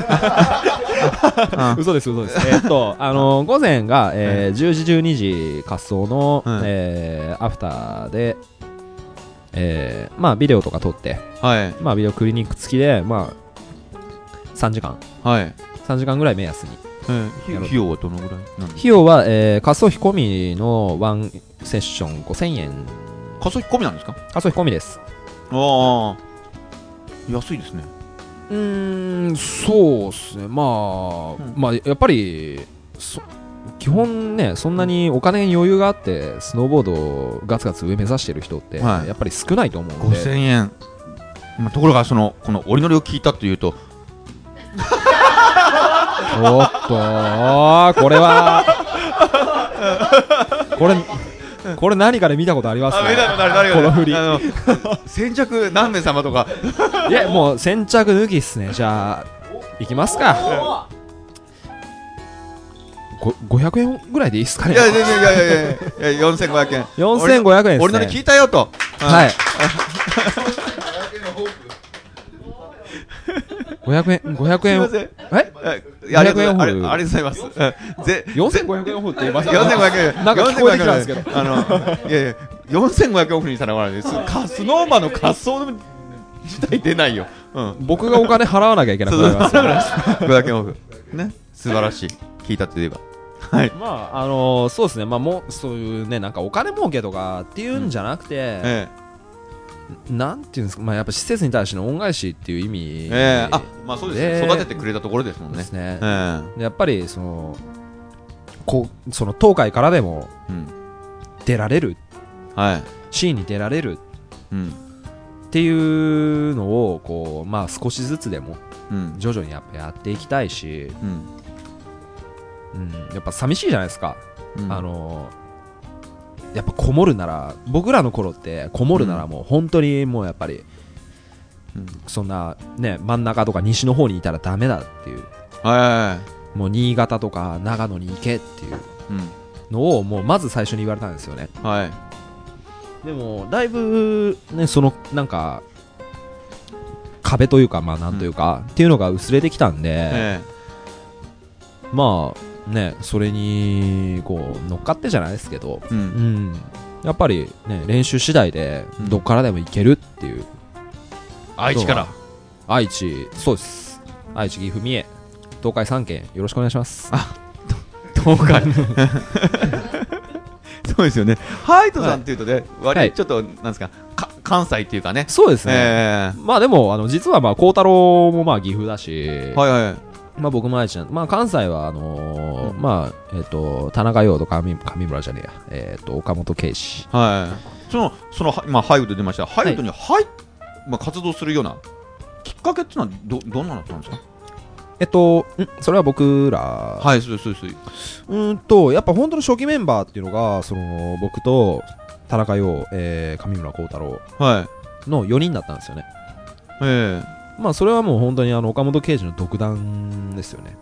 嘘です。午前が、10時12時滑走の、アフターで、まあビデオとか撮って、まあビデオクリニック付きで、まあ3時間ぐらい目安に。 費用はどのぐらいなんですか。 費用は、滑走費込みのワンセッション5000円。 滑走費込みなんですか。 滑走費込みです。 ああ、安いですね。 そうですね。まあやっぱり基本ね、そんなにお金に余裕があってスノーボードをガツガツ上目指してる人って、やっぱり少ないと思うんで。 5000円。ところがこの折り乗りを聞いたというとおっとこれはこれ何かで見たことありますね。この振り。 先着何名様とか。 いや、もう先着抜きっすね。じゃあ行きますか。500円ぐらいでいいっすかね。 いや4500円。 4500円ですね。 俺ので聞いたよと。 はい。500円。500円オフ。 ありがとうございます。 4500円オフって言いました。 4500円。 なんか聞こえてきたんですけど。 4500円オフにしたらスノーマンの滑走の自体出ないよ。 僕がお金払わなきゃいけなくなります。 500円オフ。ね。素晴らしい。聞いたといえば。はい。 まあそうですね。まあもうそういうね、なんかお金儲けとかっていうんじゃなくて。なんていうんですか、まあやっぱ施設に対しての恩返しっていう意味で、 まあそうですね。育ててくれたところですもんね。 ですね。やっぱりその東海からでも出られる、シーンに出られるっていうのをまあ少しずつでも徐々にやっぱやっていきたいし、やっぱ寂しいじゃないですか。やっぱこもるなら、僕らの頃ってこもるならもう本当にもうやっぱり、そんなね真ん中とか西の方にいたらダメだっていう、もう新潟とか長野に行けっていうのをもうまず最初に言われたんですよね。でもだいぶね、なんか壁というか、まあなんというか、っていうのが薄れてきたんで、まあね、それに乗っかってじゃないですけど、やっぱりね、練習次第でどっからでも行けるっていう。 愛知から。 そうです。愛知、岐阜、三重、東海3県よろしくお願いします。 東海。そうですよね。ハイトさんっていうとね、割とちょっとなんですか、関西っていうかね。 そうですね。まあでも実は幸太郎もまあ岐阜だし。まあ僕も愛知なんで、まあ関西はまあ田中陽と上村じゃねえや、岡本圭司。 まあハイウッド出ました。ハイウッドに活動するようなきっかけっていうのはどんなのだったんですか。 それは僕ら。 そうです。 やっぱ本当の初期メンバーっていうのが僕と田中陽、上村幸太郎の4人だったんですよね。まあそれはもう本当に岡本圭司の独断ですよね。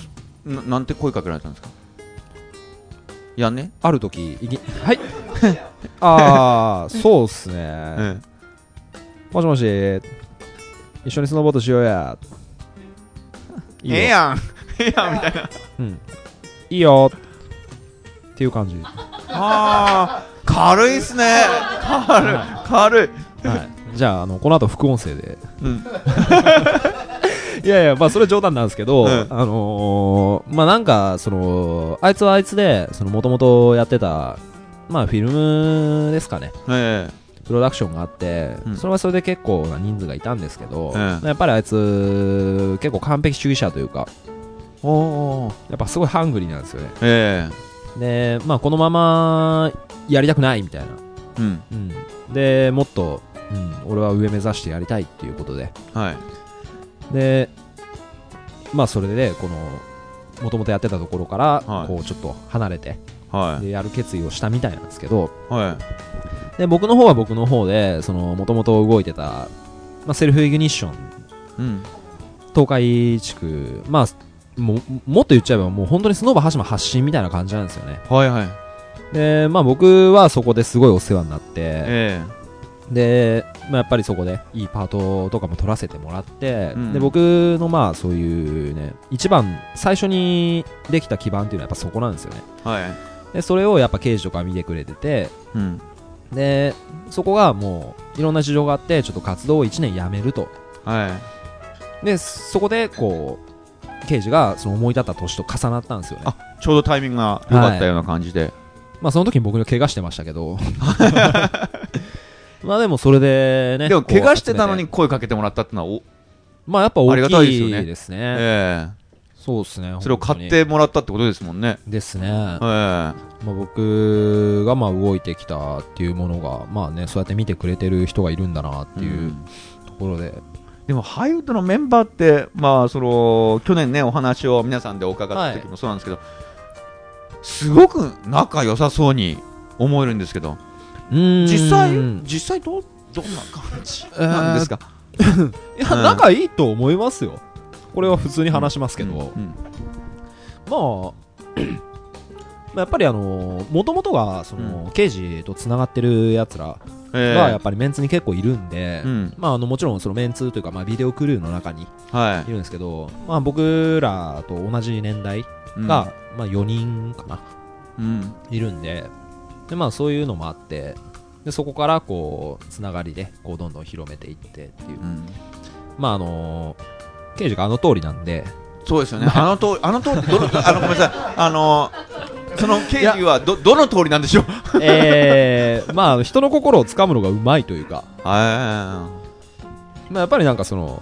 なんて声かけられたんですか。やんね。 ある時はいああそうっすね、 うんもしもし一緒にスノーボードしようや。いいよええやんみたいな。 うんいいよっていう感じ。 あー軽いっすね。軽い。 はい、じゃあ、この後副音声でうんいやいや、まあそれ冗談なんですけど、 うんまあなんかあいつはあいつでもともとやってたまあフィルムですかね、 えプロダクションがあって、 うんそれはそれで結構な人数がいたんですけど、 うんやっぱりあいつ結構完璧主義者というか、 おーやっぱすごいハングリーなんですよね。 えでまあこのままやりたくないみたいな、 うんでもっと、俺は上目指してやりたいっていうことで、 はいでまあそれでね、もともとやってたところからはいこうちょっと離れて、 はでやる決意をしたみたいなんですけど、 いはいで僕の方は僕の方でもともと動いてた、まあ、セルフイグニッションうん東海地区、まあもっと言っちゃえばもう本当にスノーボー羽島発信みたいな感じなんですよね。 はいはいでまあ僕はそこですごいお世話になって、 えで、まあ、やっぱりそこでいいパートとかも取らせてもらって、で僕のまあそういうね一番最初にできた基盤っていうのはやっぱそこなんですよね。 はいでそれをやっぱ刑事とか見てくれてて、 うんでそこがもういろんな事情があってちょっと活動を1年やめると。 はいでそこでこう刑事が思い立った年と重なったんですよね。 あちょうどタイミングが良かったような感じで、 まあその時に僕の怪我してましたけどまあでもそれでね、 でも怪我してたのこう集めてに声かけてもらったってのはまあやっぱ大ありがたいですきいよねですね。 えそうですね。 それを買ってもらったってことですもんね。 ですね。 えまあ、僕がまあ動いてきたっていうものがまあねそうやって見てくれてる人がいるんだなっていうところで、 でもハイウッドのメンバーってまあ去年ねお話を皆さんでお伺った時もそうなんですけど、すごく仲良さそうに思えるんですけど、実際どんな感じなんですか？ いや、仲いいと思いますよ。これは普通に話しますけど、まあやっぱりもともとが刑事とつながってるやつらがやっぱりメンツに結構いるんで、まあもちろんメンツというかまあビデオクルーの中にいるんですけど、まあ僕らと同じ年代がまあ4人かな、いるんで、まあそういうのもあって、でそこからこうつながりでこうどんどん広めていってっていう、まあ刑事が通りなんで。 そうですよね。あの通りごめんなさい、その刑事はどの通りなんでしょう。 まあ人の心をつかむのがうまいというか、 まあやっぱりなんか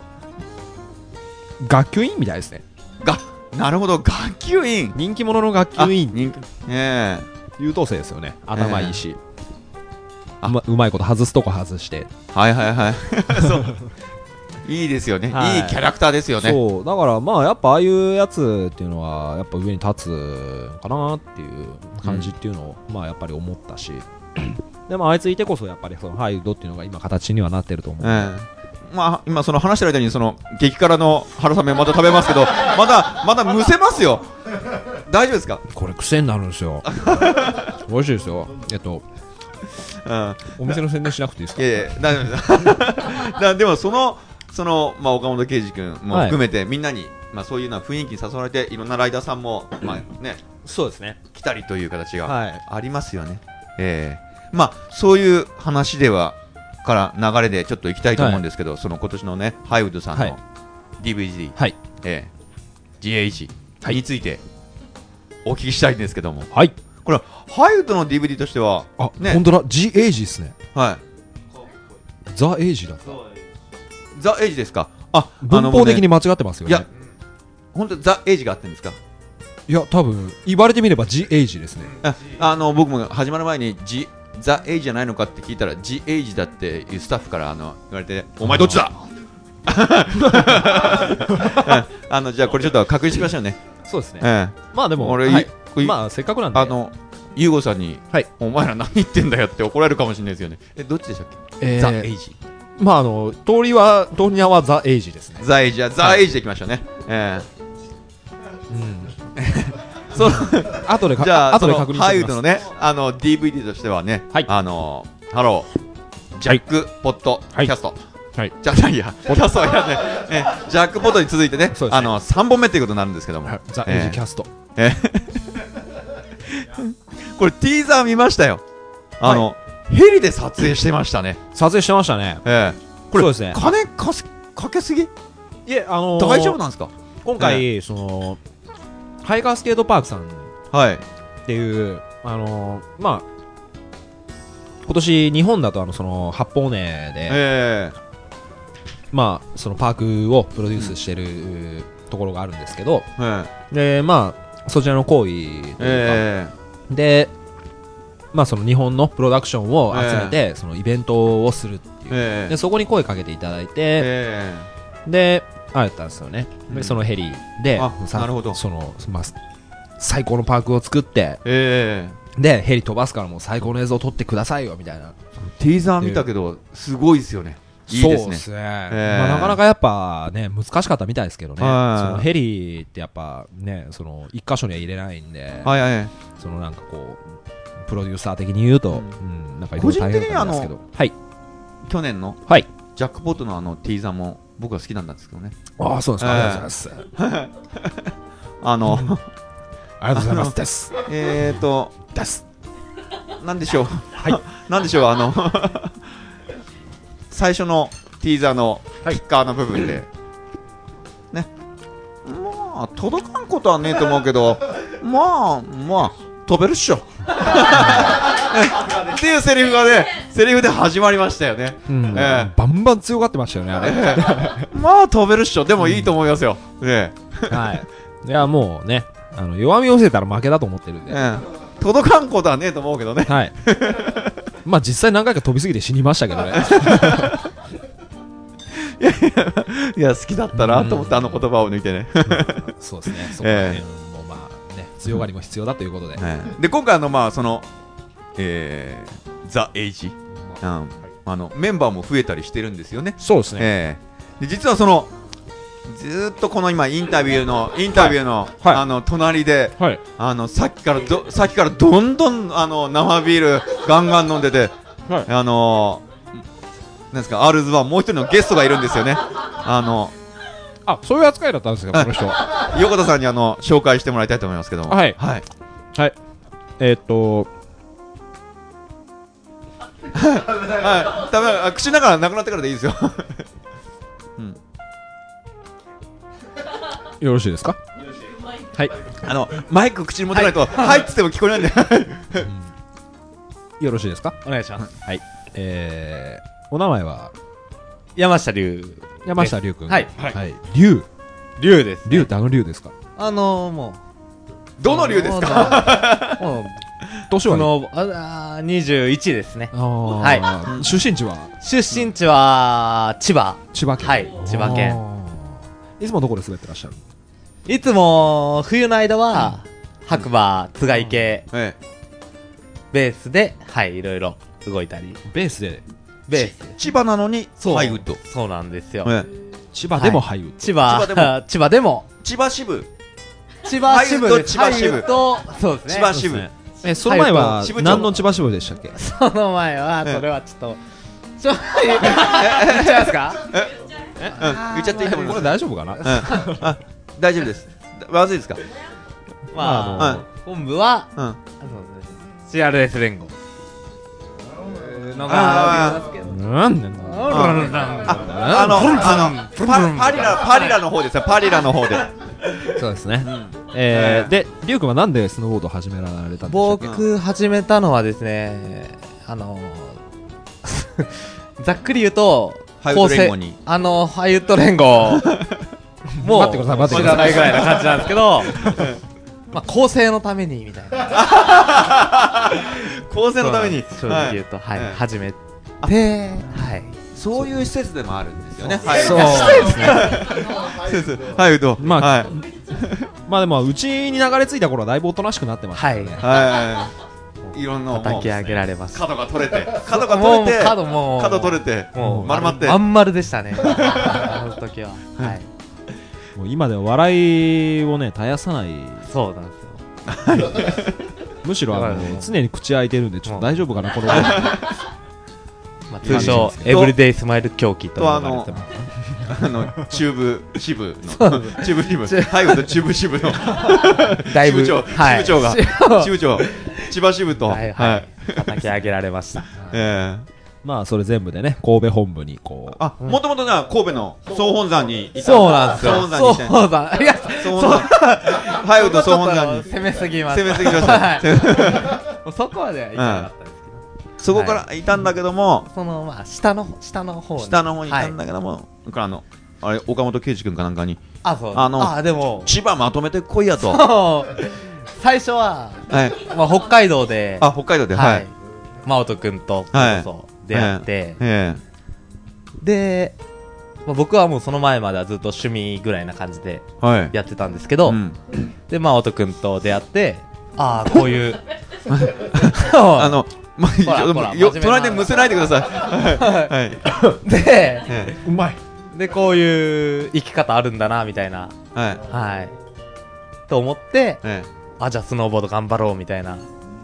学級委員みたいですね。 なるほど、学級委員、 人気者の学級委員、優等生ですよね。頭いいし、うまいこと外すとこ外して、 そういいですよね、いいキャラクターですよね。 そうだからまあやっぱああいうやつっていうのはやっぱ上に立つかなっていう感じっていうのをまあやっぱり思ったし、でもあいついてこそやっぱりハイウッドっていうのが今形にはなってると思う。 まあ今話してる間に激辛の春雨また食べますけど、まだむせますよ。大丈夫ですか？ これ癖になるんですよ。美味しいですよ。お店の宣伝しなくていいですか？ 大丈夫です。でもまあ、岡本圭司君も含めて、みんなに、まあ、そういうような雰囲気に誘われていろんなライダーさんも、まあね、 そうですね、 来たりという形がありますよね。まあ、そういう話ではから流れでちょっと行きたいと思うんですけど、今年のねハイウッドさんの DVD、GH についてお聞きしたいんですけども、これハイウッドの DVD としては本当だ、G エイジですね。ザ・エイジだった。 ザ・エイジですか？ 文法的に間違ってますよね。 いや本当ザ・エイジがあってんですか？ いや多分言われてみれば G エイジですね。 僕も始まる前にザ・エイジじゃないのかって聞いたら G エイジだっていうスタッフから言われて、お前どっちだじゃあこれちょっと確認しましょうね。 そうですね。まあでもまあせっかくなんでユーゴさんに、お前ら何言ってんだよって怒られるかもしれないですよね。どっちでしたっけ？ザ・エイジ。 まあ通り名はザ・エイジですね。 ザ・エイジでいきましょうね。 そう後でじゃあ後で確認してハイおきます。 ウッドのねDVD としてはね、 はいハロージャックポットキャスト、 はい。 じゃないやキャストはやね、ジャックポットに続いてね、 そうですね 3本目っていうことになるんですけども、 ザ・エイジキャスト。 これティーザー見ましたよ。ヘリで撮影してましたね。 撮影してましたね。 これそうですね。 金かけすぎ？ いえ、 大丈夫なんですか？ 今回、その、ハイガースケートパークさんっはい。 ていう、まあ、今年日本だとその八方根で、まあそのパークをプロデュースしてるところがあるんですけど、でまあそちらの行為というか、でまあその日本のプロダクションを集めて、そのイベントをするっていう、でそこに声かけていただいて、であれだったんですよね。でそのヘリでなるほど。 そのまあ最高のパークを作って、でヘリ飛ばすからもう最高の映像を撮ってくださいよみたいな。 ティーザー見たけどすごいですよね。いいですね。 そうですね。まあなかなかやっぱね難しかったみたいですけどね。そのヘリってやっぱねその一箇所には入れないんで、そのなんかこうプロデューサー的に言うと、なんかいろいろ大変だったんですけど、はい。 去年のはいジャックポットのティーザーも僕は好きなんですけどね。 ああそうですか。ありがとうございます。ありがとうございますです。 です。なんでしょう。 はい。 なんでしょう最初のティーザーのキッカーの部分で、ね。まあ届かんことはねえと思うけど、まあ飛べるっしょ。っていうセリフがね、セリフで始まりましたよね。 バンバン強がってましたよねあれ。 まあ飛べるっしょ。でもいいと思いますよ。 はい。いやもうね弱みを見せたら負けだと思ってるんで。 届かんことはねえと思うけどね。 はい。まあ実際何回か飛びすぎて死にましたけどね。 いや好きだったなと思って言葉を抜いてね。 そうですね。そこら辺もまあね強がりも必要だということで。 で今回まあそのザ・エイジメンバーも増えたりしてるんですよね。 そうですね。 で実はそのずっとこの今インタビューの隣でさっきからどんどん生ビールガンガン飲んでて、なんですか R ズバーもう一人のゲストがいるんですよね。 そういう扱いだったんですかこの人。 横田さんに紹介してもらいたいと思いますけども。はいはいはい。 多分口の中がなくなってからでいいですよ。 よろしいですか。はい。 マイク口に持たないとはいっつっても聞こえないんで。 よろしいですか。 お願いします。 はい。お名前は山下龍君。 はい龍です。 龍って龍ですか。 もうどの龍ですか。 もう年は 21ですね。 はい。出身地は千葉県。 はい。 千葉県。 いつもどこで滑ってらっしゃる。 いつも冬の間は白馬津賀池ベースでいろいろ動いたり。 ベースで千葉なのにハイウッド。 そうなんですよ。 千葉でもハイウッド。 千葉でも千葉支部千葉支部千葉支部とそうですね。 千葉支部。 その前は何の千葉支部でしたっけ。 その前はそれはちょっと言っちゃいますか。 言っちゃっていいと思います。 これ大丈夫かな。 大丈夫です。まずいですか。 まあ本部は CRS 連合のがパリラの方ですよ。パリラの方で。 そうですね。でリュウ君はなんでスノーボードを始められたんですか。 僕始めたのはですねざっくり言うとハイウッド連合にハイウッド連合もう知らないぐらいな感じなんですけどまあ構成のためにみたいな構成のために正直言うと始めてそういう施設でもあるんですよね。 そうですね。ハイウッドまあでもうちに流れ着いた頃はだいぶおとなしくなってましたね。 いろんな叩き上げられます。 角が取れて角取れて丸まってまん丸でしたね。あの時は。 もう今では笑いをね絶やさない。 そうなんですよ。 むしろ常に口開いてるんでちょっと大丈夫かなこのまあ、通称エブリデイスマイル狂気と呼ばれてます。 チューブ支部のチューブ支部ハイウッドチューブ支部のだいぶ支部長が支部長千葉支部とはいはい叩き上げられました。 まあそれ全部でね神戸本部にこうもともとね神戸の総本山にいた。 そうなんですよ。 総本山にいた。 そうだ。いや、 総本山ハイウッド総本山に攻めすぎました。 攻めすぎましたはいもうそこまではいかなかったですけど。 そこからいたんだけども、 そのまあ下の方にいたんだけども、あれ岡本圭司君かなんかにそうでも千葉まとめてこいやと。 そう最初はまあ北海道で北海道ではい真音君と出会ってでまあ僕はもうその前まではずっと趣味ぐらいな感じでやってたんですけどで真音君と出会ってこういう隣でむせないでください。 でうまいでこういう生き方あるんだなみたいなと思ってじゃあスノーボード頑張ろうみたいな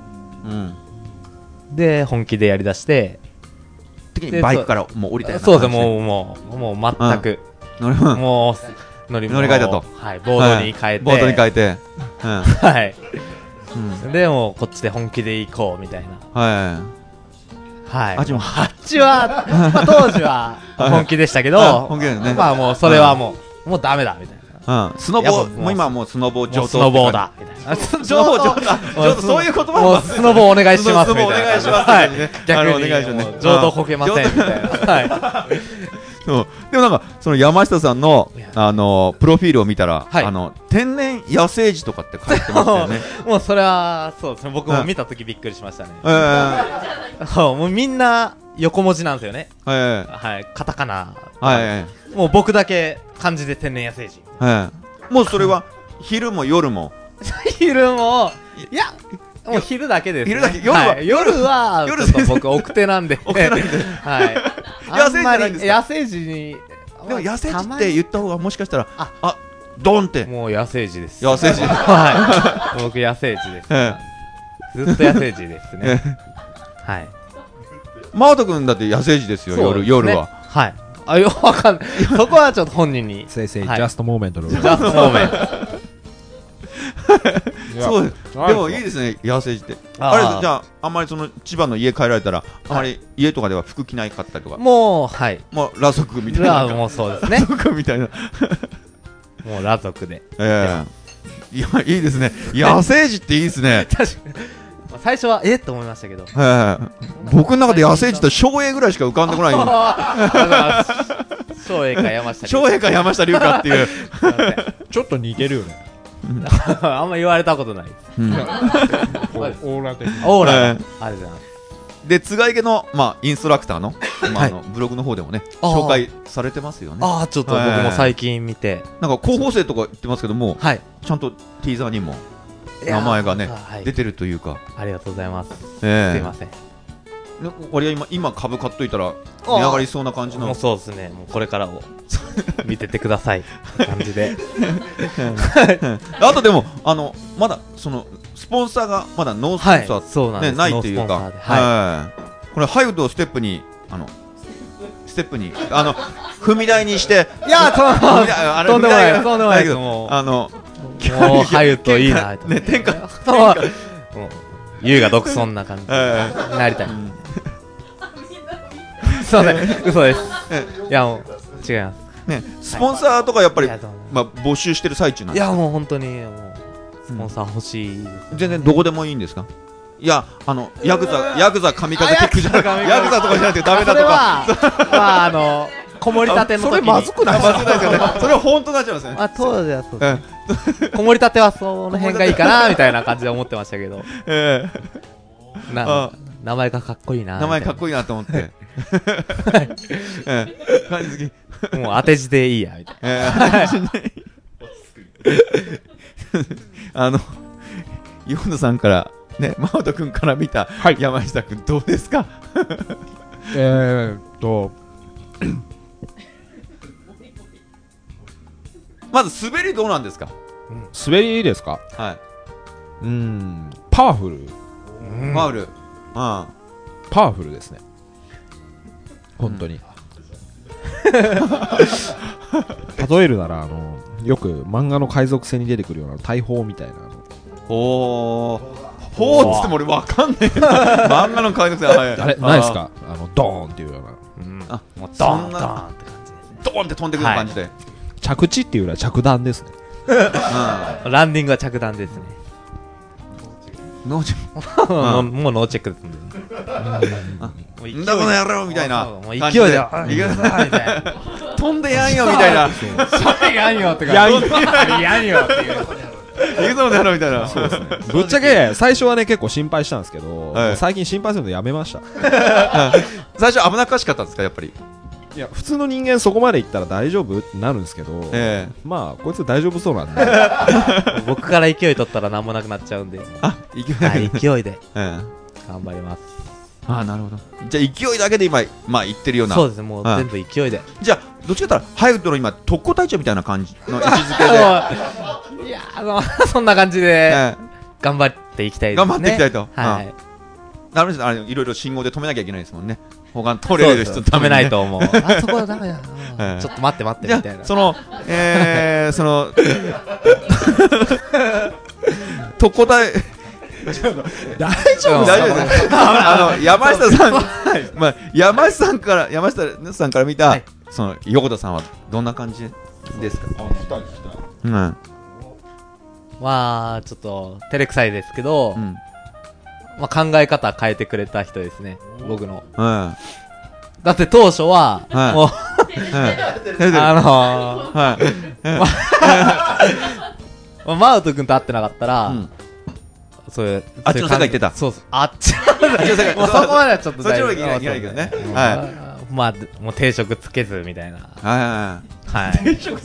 で本気でやりだしてバイクからもう降りたよそうですもう全くもう乗り換えたとボードに変えてはいでもこっちで本気で行こうみたいなあっちは当時は本気でしたけどまあもうそれはもうダメだみたいなスノボもう今はもうスノボ上等スノボだみたいなスノボ上等そういう言葉もスノボお願いしますみたいなお願いします逆に上等こけませんみたいなでもなんかその山下さんのプロフィールを見たら天然野生児とかって書いてましたよね。 もうそれはそうですね僕も見た時びっくりしましたね。もうみんな横文字なんですよね。カタカナもう僕だけ漢字で天然野生児。 もうそれは昼も夜も昼もいやもう昼だけですね。夜はちょっと僕奥手なんで野生児じゃないんですか。 野生児にでも野生児って言った方がもしかしたらドンってもう野生児です。 野生児僕野生児です。ずっと野生児ですね。 マート君だって野生児ですよ夜は。 わかんないそこはちょっと本人に先生ジャストモーメントのジャストモーメントそうでもいいですね野生児って。あれじゃああんまりその千葉の家帰られたらあまり家とかでは服着ないかったりとかもうもう裸族みたいなもうそうですね裸族みたいなもう裸族でいやいいですね野生児っていいですね。 確かに最初はと思いましたけど僕の中で野生児って照英ぐらいしか浮かんでこない照英か山下龍香っていうちょっと似てるよね。 あんま言われたことないです。 オーラ的にオーラありがとうございます。 で津賀池のインストラクターのブログの方でもね紹介されてますよね。 ちょっと僕も最近見てなんか候補生とか言ってますけどもちゃんとティーザーにも名前がね出てるというかありがとうございます。すいません。 俺は今株買っといたら値上がりそうな感じの。 もうそうですね。もうこれからを見ててください感じであとでもまだそのスポンサーがまだノースポンサーないというかこれハイウッドをステップに踏み台にしていやとんでもないですもうハイウッドいいなね天下優雅独尊な感じになりたい。すいません嘘です。いやもう違いますね。スポンサーとかやっぱり募集してる最中なんですか。 いやもう本当にもうスポンサー欲しいです。 全然どこでもいいんですか。いやヤクザ神風テックじゃなくてヤクザとかじゃなくてダメだとかこもりたての時にそれまずくないですよね。それは本当になっちゃいますね。 当時はそうです。こもりたてはその辺がいいかなみたいな感じで思ってましたけど名前がかっこいいな名前かっこいいなと思って感じ好き。 もう当て字でいいやみたいなヨンドさんからねマオト君から見た山下君どうですか。まず滑りどうなんですか。 滑りですか。 パワフル。 パワフル。 パワフルですね。本当に。例えるなら、よく漫画の海賊船に出てくるような大砲みたいな。 ほーっつっても俺わかんねえ。漫画の海賊船。 あれ、ないですか？ドーンっていうような。 もうドーンって感じですね。 ドーンって飛んでくる感じで。 着地っていうよりは着弾ですね。 ランディングは着弾ですね。 ノーチェもうノーチェックですね。 んだこの野郎みたいな。 もう勢いで、 飛んでやんよみたいな。 やんよってか、やんよっていう。 行くぞの野郎みたいな。 ぶっちゃけ最初はね結構心配したんですけど、最近心配するのやめました。 最初危なっかしかったんですかやっぱり。 いや普通の人間そこまで行ったら大丈夫ってなるんですけど、まあこいつ大丈夫そうなんで僕から勢い取ったら何もなくなっちゃうんで、勢いで頑張ります。 なるほど。じゃあ勢いだけで今言ってるような。 そうですね、もう全部勢いで。 じゃあどっちかというとハイウッドの今特攻隊長みたいな感じの位置づけでいやそんな感じで頑張っていきたいですね。 頑張っていきたいと。 はい。 なるほど。いろいろ信号で止めなきゃいけないですもんね。他の通れる人止めないと思う。あそこはダメだ。ちょっと待ってみたいな。 その特攻隊大丈夫ですか？山下さんから見たその横田さんはどんな感じですか？ まあちょっと照れくさいですけど、まあ考え方変えてくれた人ですね、僕の。だって当初はもうマウト君と会ってなかったら、そういうあっちの世界行ってた。 そうあっちの世界。もうそこまではちょっとそっちの方がいけないけどね。 まあもう定職つけずみたいな。 はい。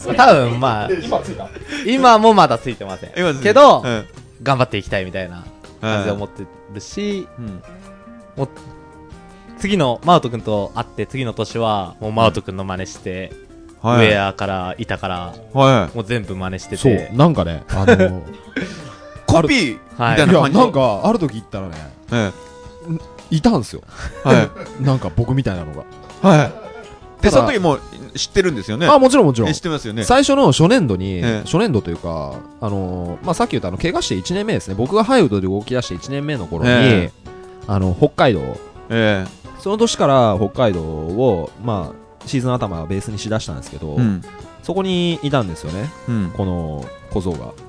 多分まあ今もまだついてませんけど頑張っていきたいみたいな感じで思ってるし、もう次のマウト君と会って次の年はもうマウト君の真似して、ウェアから板からもう全部真似してて、 そうなんかねコピーみたいな感じ。 なんかある時行ったらねいたんですよ。なんか僕みたいなのが。 でその時もう知ってるんですよね。 もちろん知ってますよね。 最初の初年度というかさっき言った怪我して1年目ですね。僕がハイウッドで動き出して1年目の頃に北海道、その年から北海道をシーズン頭ベースにしだしたんですけど、そこにいたんですよね、この小僧が。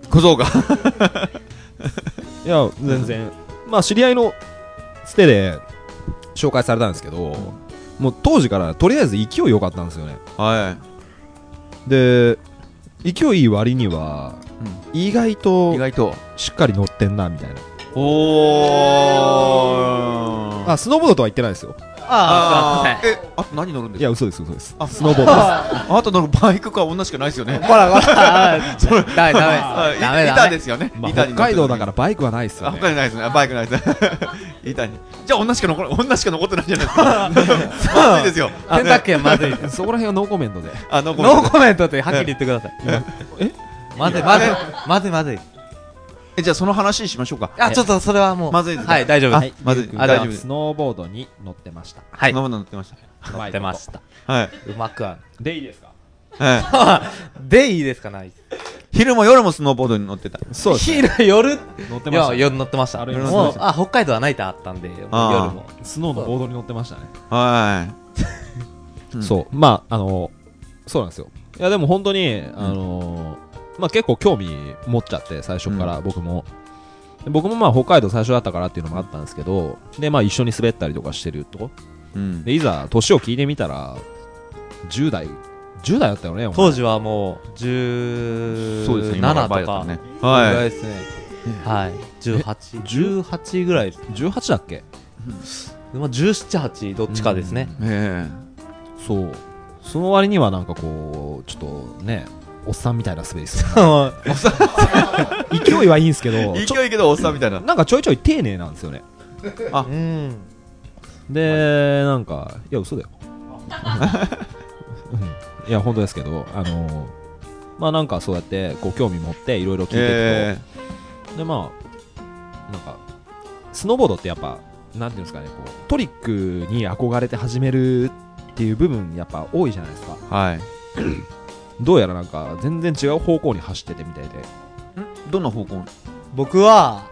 いや全然知り合いのつてで紹介されたんですけど、もう当時からとりあえず勢い良かったんですよね。で勢いいい割には、意外としっかり乗ってんなみたいな。スノーボードとは言ってないですよ。 あと何乗るんですか？ いや嘘です。スノーボードです。 あと乗るバイクか女しかないですよね。 ほらダメ板ですよね。 北海道だからバイクはないですよね。 北海道ないですね。バイクないです。板に。じゃあ女しか残ってないじゃないですか。まずいですよ。 洗濯機はまずい。 そこら辺はノーコメントで。 ノーコメントってはっきり言ってください。まずい。 じゃあその話しましょうか。 ちょっとそれはもうまずいです。 はい、大丈夫です。 まずい。 大丈夫です。スノーボードに乗ってました。 はい。 スノーボード乗ってました。 乗ってました。 はい。 うまくは。 でいいですか？ でいいですか？ない。 昼も夜もスノーボードに乗ってた。 そうです。 昼夜乗ってました。 夜乗ってました。もう北海道はナイターあったんで夜もスノーのボードに乗ってましたね。 はい。 そうそうなんですよ。いやでも本当に結構興味持っちゃって最初から僕も北海道最初だったからっていうのもあったんですけど、で一緒に滑ったりとかしてると、でいざ年を聞いてみたら10代だったよね。 当時はもう17とかね。 ぐらいですね。はい。18ぐらい。 18だっけ ？17、8どっちかですね。 そう。その割にはなんかこうちょっとねおっさんみたいな滑りする。勢いはいいんですけど、 勢いけどおっさんみたいな。 なんかちょいちょい丁寧なんですよね。でなんかいや嘘だよ。いや本当ですけどなんかそうやってこう興味持っていろいろ聞いていくと、でなんかスノーボードってやっぱなんていうんですかね、こうトリックに憧れて始めるっていう部分やっぱ多いじゃないですか。 はい。 どうやらなんか全然違う方向に走っててみたいで。 どんな方向？ 僕は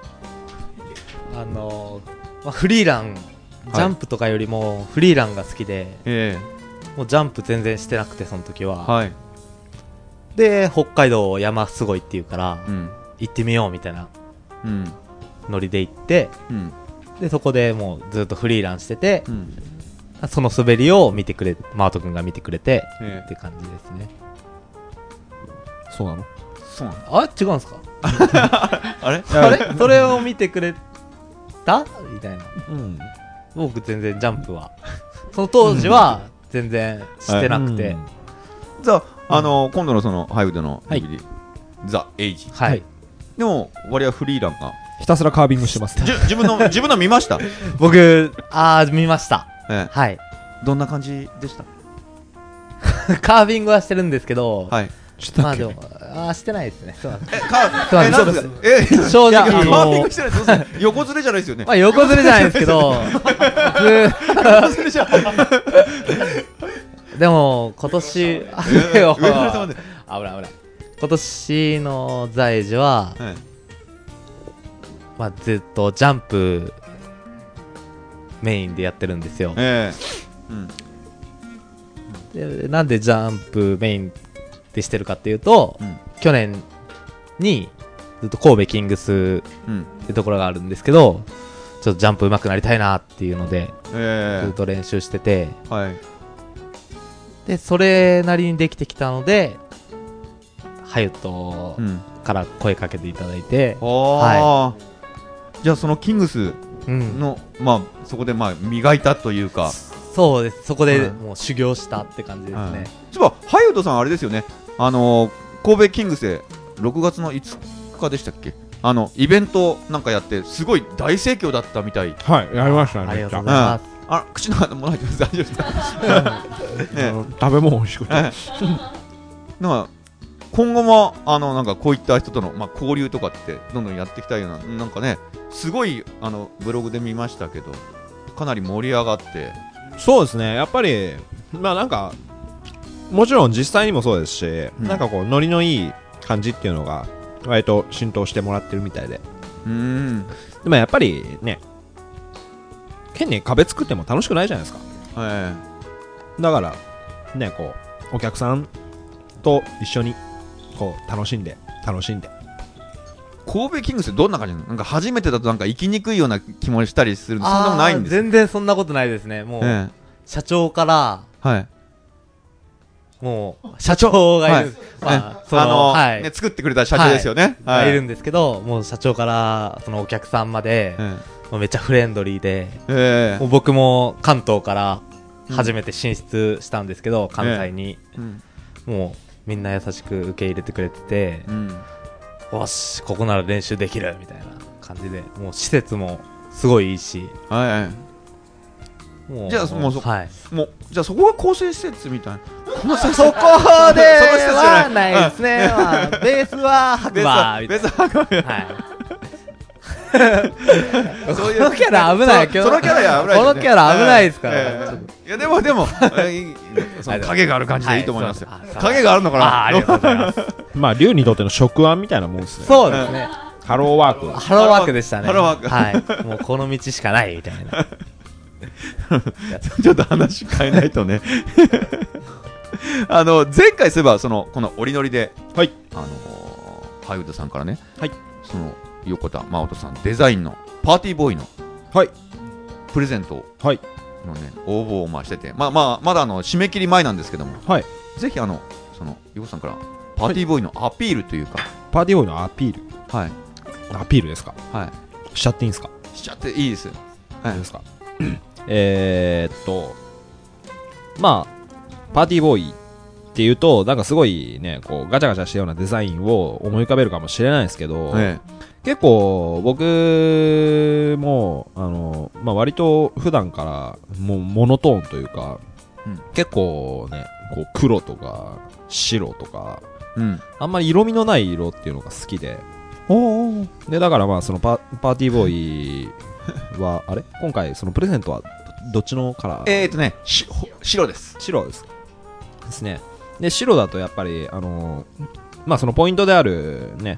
フリーラン、ジャンプとかよりもフリーランが好きで、もうジャンプ全然してなくてその時は、 はい。 で北海道山すごいっていうから、 うん。 行ってみようみたいなうん。 ノリで行って、 うん。 でそこでもうずっとフリーランしてて、 うん。 その滑りを見てくれ、マート君が見てくれて、って感じですね。 そうなの？ そうなの？ あ、違うんですか？ あれ？ あれ？それを見てくれたみたいな。 うん。 僕全然ジャンプはその当時は全然してなくて、 じゃあ今度のそのハイウッドの DVD、ザ・エイジ。 はい。 でも我々フリーランがひたすらカービングしてます。 自分の見ました？ 僕見ました。はい。 どんな感じでした？ カービングはしてるんですけど、 はい。 まあでもしてないですね。そうなんです。 正直カービングしてないです。横ずれじゃないですよね。 まあ横ずれじゃないですけど、でも今年危ない危ない。今年のザエイジは、まあずっとジャンプメインでやってるんですよ。でなんでジャンプメインでしてるかっていうと、去年にずっと神戸キングスってところがあるんですけど、ちょっとジャンプ上手くなりたいなっていうので、ずっと練習してて、でそれなりにできてきたのでハユトから声かけていただいて、 じゃあそのキングスの、まあそこでまあ磨いたというか、 そうです。そこでもう修行したって感じですね。 そういえばハユトさんあれですよね、神戸キングスで6月の5日でしたっけ、イベントなんかやってすごい大盛況だったみたい。 はい、やりましたね。 ありがとうございます。 口の中もらって大丈夫ですか？ 食べ物美味しくて。 なんか今後もなんかこういった人との交流とかってどんどんやっていきたいような、なんかね、すごいブログで見ましたけどかなり盛り上がって。 そうですね、やっぱりまあなんかもちろん実際にもそうですし、なんかこうノリのいい感じっていうのが割と浸透してもらってるみたいで、でもやっぱりね、変に壁作っても楽しくないじゃないですか。だからね、こうお客さんと一緒にこう楽しんで。 神戸キングスってどんな感じなの？なんか初めてだとなんか行きにくいような気もしたりするんで、そんなもないんですか？ 全然そんなことないですね。もう、社長から、もう社長がいる、 作ってくれた社長ですよね、 いるんですけど、もう社長からそのお客さんまで、もうめっちゃフレンドリーで、もう僕も関東から初めて進出したんですけど、関西に、もうみんな優しく受け入れてくれてて、よしここなら練習できるみたいな感じで、もう施設もすごいいいし、 じゃあもうじゃあそこが構成施設みたいな。 そこではないですね。ベースは白馬みたいな。そのキャラ危ない。 そのキャラ危ない。 このキャラ危ないですから。 いやでも影がある感じでいいと思いますよ。影があるのかな。 ありがとうございます。 まあ龍にとっての職案みたいなもんですね。 そうですね。 ハローワーク。 ハローワークでしたね。 ハローワーク。 はい。もうこの道しかないみたいな。 ちょっと話変えないとね。前回そういえばこの折り乗りで、ハイウッドさんからね、その横田真音さんデザインのパーティーボーイのプレゼントのね応募をしてて、まだ締め切り前なんですけども、ぜひその横田さんからパーティーボーイのアピールというか、 パーティーボーイのアピール、アピールですか？しちゃっていいんですか？ しちゃっていいです。 いいですか？まあパーティーボーイっていうとなんかすごいね、こうガチャガチャしたようなデザインを思い浮かべるかもしれないですけど、結構僕も割と普段からもうモノトーンというか、結構ねこう黒とか白とか、あんまり色味のない色っていうのが好きで、 でだからまあそのパーティーボーイはあれ今回そのプレゼントはどっちのカラー？ ね、白です。 白ですね。で白だとやっぱりまあそのポイントであるね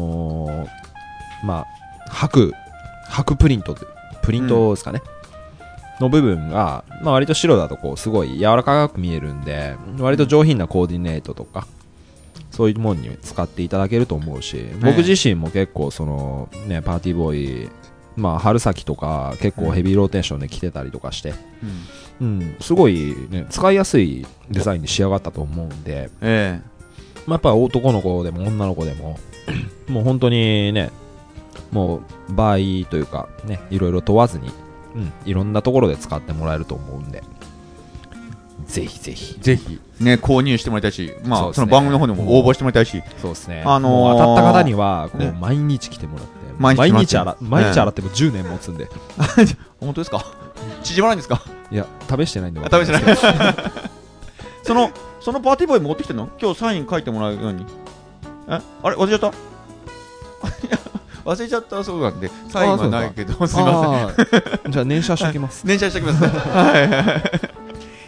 まあ白プリントですかね、の部分が、まあ、割と白だとこうすごい柔らかく見えるんで割と上品なコーディネートとかそういうものに使っていただけると思うし、僕自身も結構そのねパーティーボーイまあ春先とか結構ヘビーローテーションで着てたりとかして、すごいね使いやすいデザインに仕上がったと思うんで、まあ、やっぱ男の子でも女の子でももう本当にねもう場合というかねいろいろ問わずに、いろんなところで使ってもらえると思うんでぜひね購入してもらいたいし、まあその番組の方にも応募してもらいたいし、 そうですね。当たった方にはこう毎日来てもらって、毎日洗っても10年持つんで。 本当ですか？縮まらないんですか？ いや試してないんで。 試してない。そのパーティーボーイ持ってきてんの？今日サイン書いてもらうように。あれ忘れちゃった？忘れちゃったそうなんでサインはないけどすみません。 じゃあ念写しておきます。 念写しておきます。はい。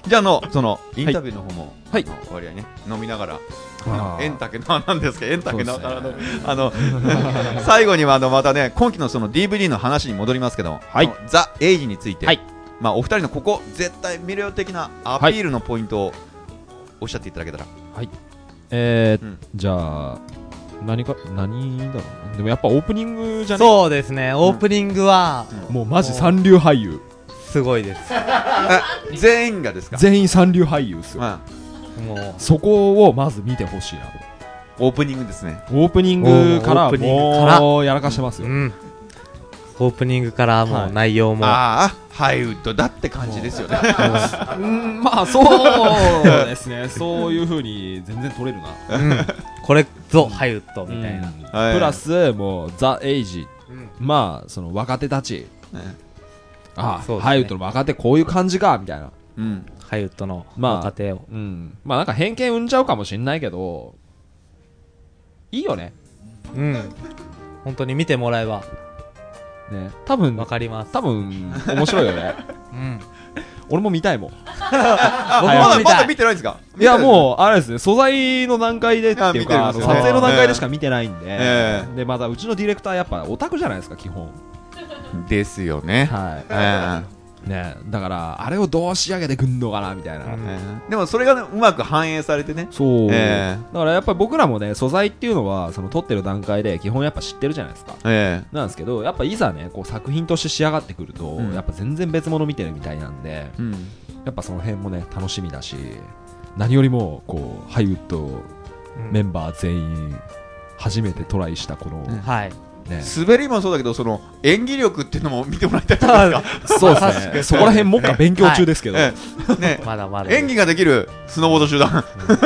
じゃあそのインタビューの方も割合ね飲みながらエンタケのなんですけどエンタケの最後にはまたね今期のその DVD の話に戻りますけど、ザ・エイジについて、まあお二人のここ絶対見るよ的なアピールのポイントをおっしゃっていただけたら。 はい。じゃあ何だろう。でもやっぱオープニングじゃね？ そうですね。オープニングはもうマジ三流俳優。 すごいです。 全員がですか？ 全員三流俳優ですよ。もうそこをまず見てほしいなと。 オープニングですね。 オープニングからもうやらかしてますよ。 オープニングからもう内容もハイウッドだって感じですよね。 まあそうですね。そういう風に全然取れるな。 これぞハイウッドみたいな。 プラスもうザ・エイジ、まあその若手たち。ハイウッドの若手こういう感じかみたいな、 ハイウッドの若手を、 まあなんか偏見生んじゃうかもしれないけどいいよね。 本当に見てもらえばね多分わかります。 多分面白いよね。俺も見たいもん。 僕まだ見てないんですか？ いやもうあれですね素材の段階でっていうか撮影の段階でしか見てないんで、でまたうちのディレクターやっぱオタクじゃないですか基本。 ですよね。 ね、だからあれをどう仕上げてくんのかなみたいな、 でもそれが、ね、うまく反映されてね。 そう、だからやっぱり僕らもね素材っていうのはその撮ってる段階で基本やっぱ知ってるじゃないですか、なんですけどやっぱいざねこう作品として仕上がってくると、やっぱ全然別物見てるみたいなんで、やっぱその辺もね楽しみだし何よりもこうハイウッドメンバー全員初めてトライしたこの、 滑りもそうだけどその演技力っていうのも見てもらいたいじゃないですか。 そうですね。そこら辺もっか勉強中ですけど、 まだまだ演技ができるスノーボード集団。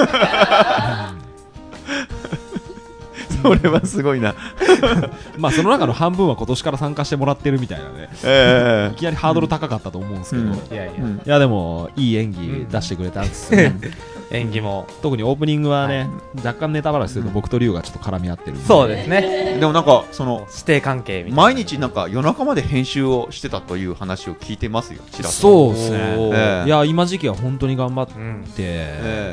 それはすごいな。 まあその中の半分は今年から参加してもらってるみたいなね、いきなりハードル高かったと思うんですけど、いやでもいい演技出してくれたんですよね。 演技も特にオープニングはね、若干ネタバラシすると僕とリュウがちょっと絡み合ってるんで。 そうですね。 でもなんかその師弟関係みたいな毎日なんか夜中まで編集をしてたという話を聞いてますよ。 そうですね。いや今時期は本当に頑張って、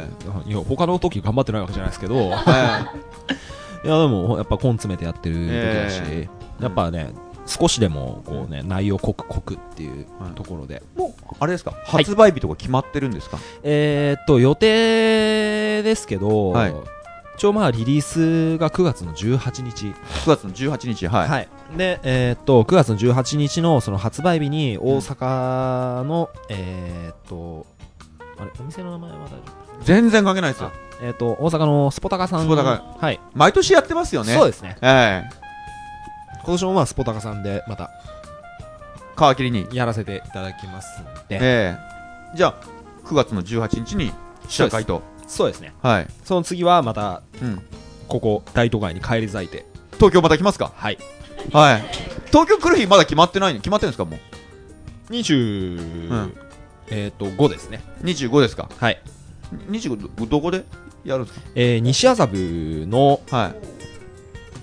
いや他の時頑張ってないわけじゃないですけど、いやでもやっぱ根詰めてやってる時だし、やっぱね少しでもこうね内容濃くっていうところで、 もうあれですか、発売日とか決まってるんですか？ 予定ですけど、一応まあリリースが9月の18日。 9月の18日、はい。 で9月の18日のその発売日に大阪のあれお店の名前は大丈夫？ 全然関係ないですよ。 大阪のスポタカさん、 毎年やってますよね。 そうですね。今年もまあスポタカさんでまた皮切りにやらせていただきますんで、 じゃあ9月の18日に試写会と。 そうですね。その次はまたここ大都会に返り咲いて東京また来ますか？ はい東京来る日まだ決まってないの？決まってるんですか？もう 25ですね。 25ですか？ はい。 25どこでやるんですか？ 西麻布の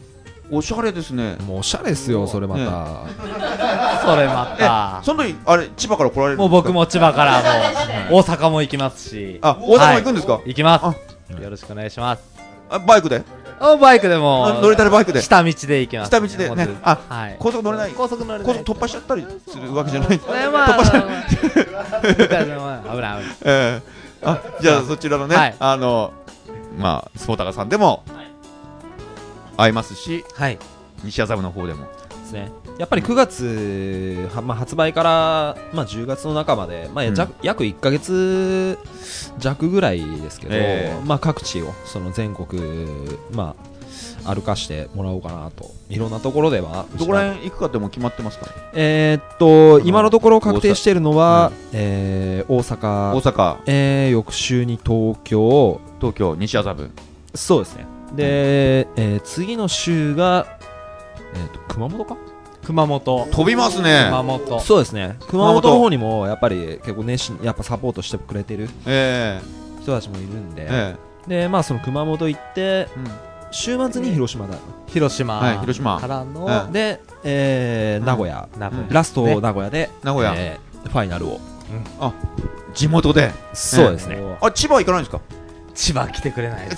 おしゃれですね。 もうおしゃれですよ、それまた。 それまた。 その時あれ千葉から来られるんですか？ もう僕も千葉からもう大阪も行きますし。 あ、大阪も行くんですか？ 行きます。よろしくお願いします。 バイクで？ バイクでも乗れたらバイクで下道で行きます。 下道でね。 はい。 高速乗れない。 高速乗れない。 高速突破しちゃったりするわけじゃない。突破しちゃう。危ない危ない。 じゃあそちらのね、まあスポータカさんでも会えますし、西麻布の方でもですね。やっぱり9月発売から10月の中まで約1ヶ月弱ぐらいですけど、各地をその全国歩かしてもらおうかなと。いろんなところではどこら辺行くかっても決まってますかね。今のところ確定しているのは大阪、翌週に東京西麻布。 そうですね。で、次の週が熊本か。 熊本飛びますね。 熊本。 そうですね。熊本の方にもやっぱり結構熱心やっぱサポートしてくれてる人たちもいるんで、でその熊本行って週末に広島からので名古屋ラスト名古屋でファイナルを。 地元で。 そうですね。 千葉行かないんですか？ 千葉来てくれない。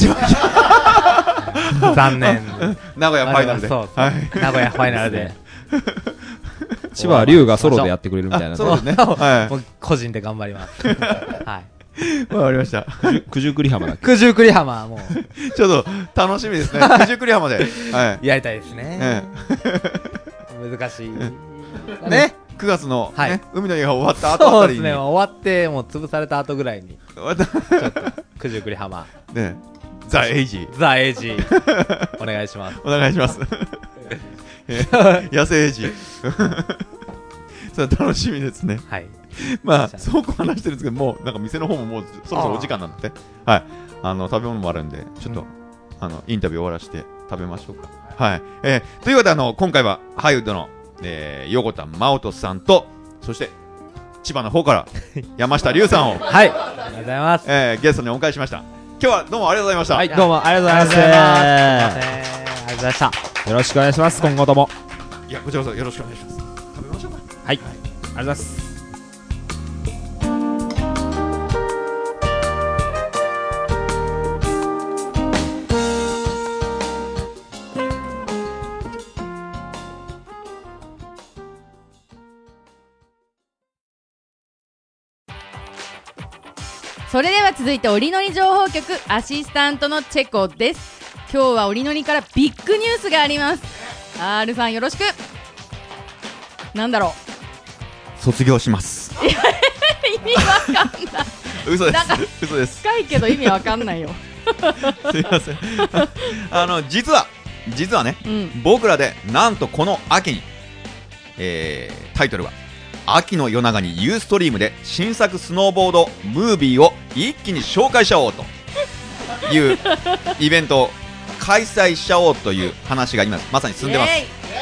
残念。 名古屋ファイナルで。 名古屋ファイナルで。 千葉は龍がソロでやってくれるみたいな。 そうですね。 個人で頑張ります。はい。 わかりました。 九十九里浜だっけ？ 九十九里浜もうちょっと楽しみですね。九十九里浜でやりたいですね。難しいね。 9月の海の日が終わった後あたりに。 そうですね。終わってもう潰された後ぐらいに。ちょっと九十九里浜。 ね。ザ・エイジ。 ザ・エイジ。お願いします。 お願いします。野生エイジ。それ楽しみですね。 はい。 そうこう話してるんですけど、もうなんか店の方ももうそろそろお時間なんだって。はい。食べ物もあるんで、ちょっとインタビュー終わらせて食べましょうか。はい。ということで今回はハイウッドの横田真音さんと、そして千葉の方から山下龍さんをはい。ありがとうございます。 ゲストにお迎えしました。今日はどうもありがとうございました。 はい、どうもありがとうございます。 ありがとうございました。 よろしくお願いします。今後とも。 いや、こちらこそよろしくお願いします。食べましょうか。 はい。ありがとうございます。 それでは続いておりのり情報局アシスタントのチェコです。今日はおりのりからビッグニュースがあります。 R さんよろしく。なんだろう。卒業します。 意味わかんない。 嘘です。嘘です。 深いけど意味わかんないよ。 すいません。実はね、僕らでなんとこの秋に、タイトルは秋の夜長にユーストリームで新作スノーボードムービーを一気に紹介しちゃおうというイベントを開催しちゃおうという話が今まさに進んでます。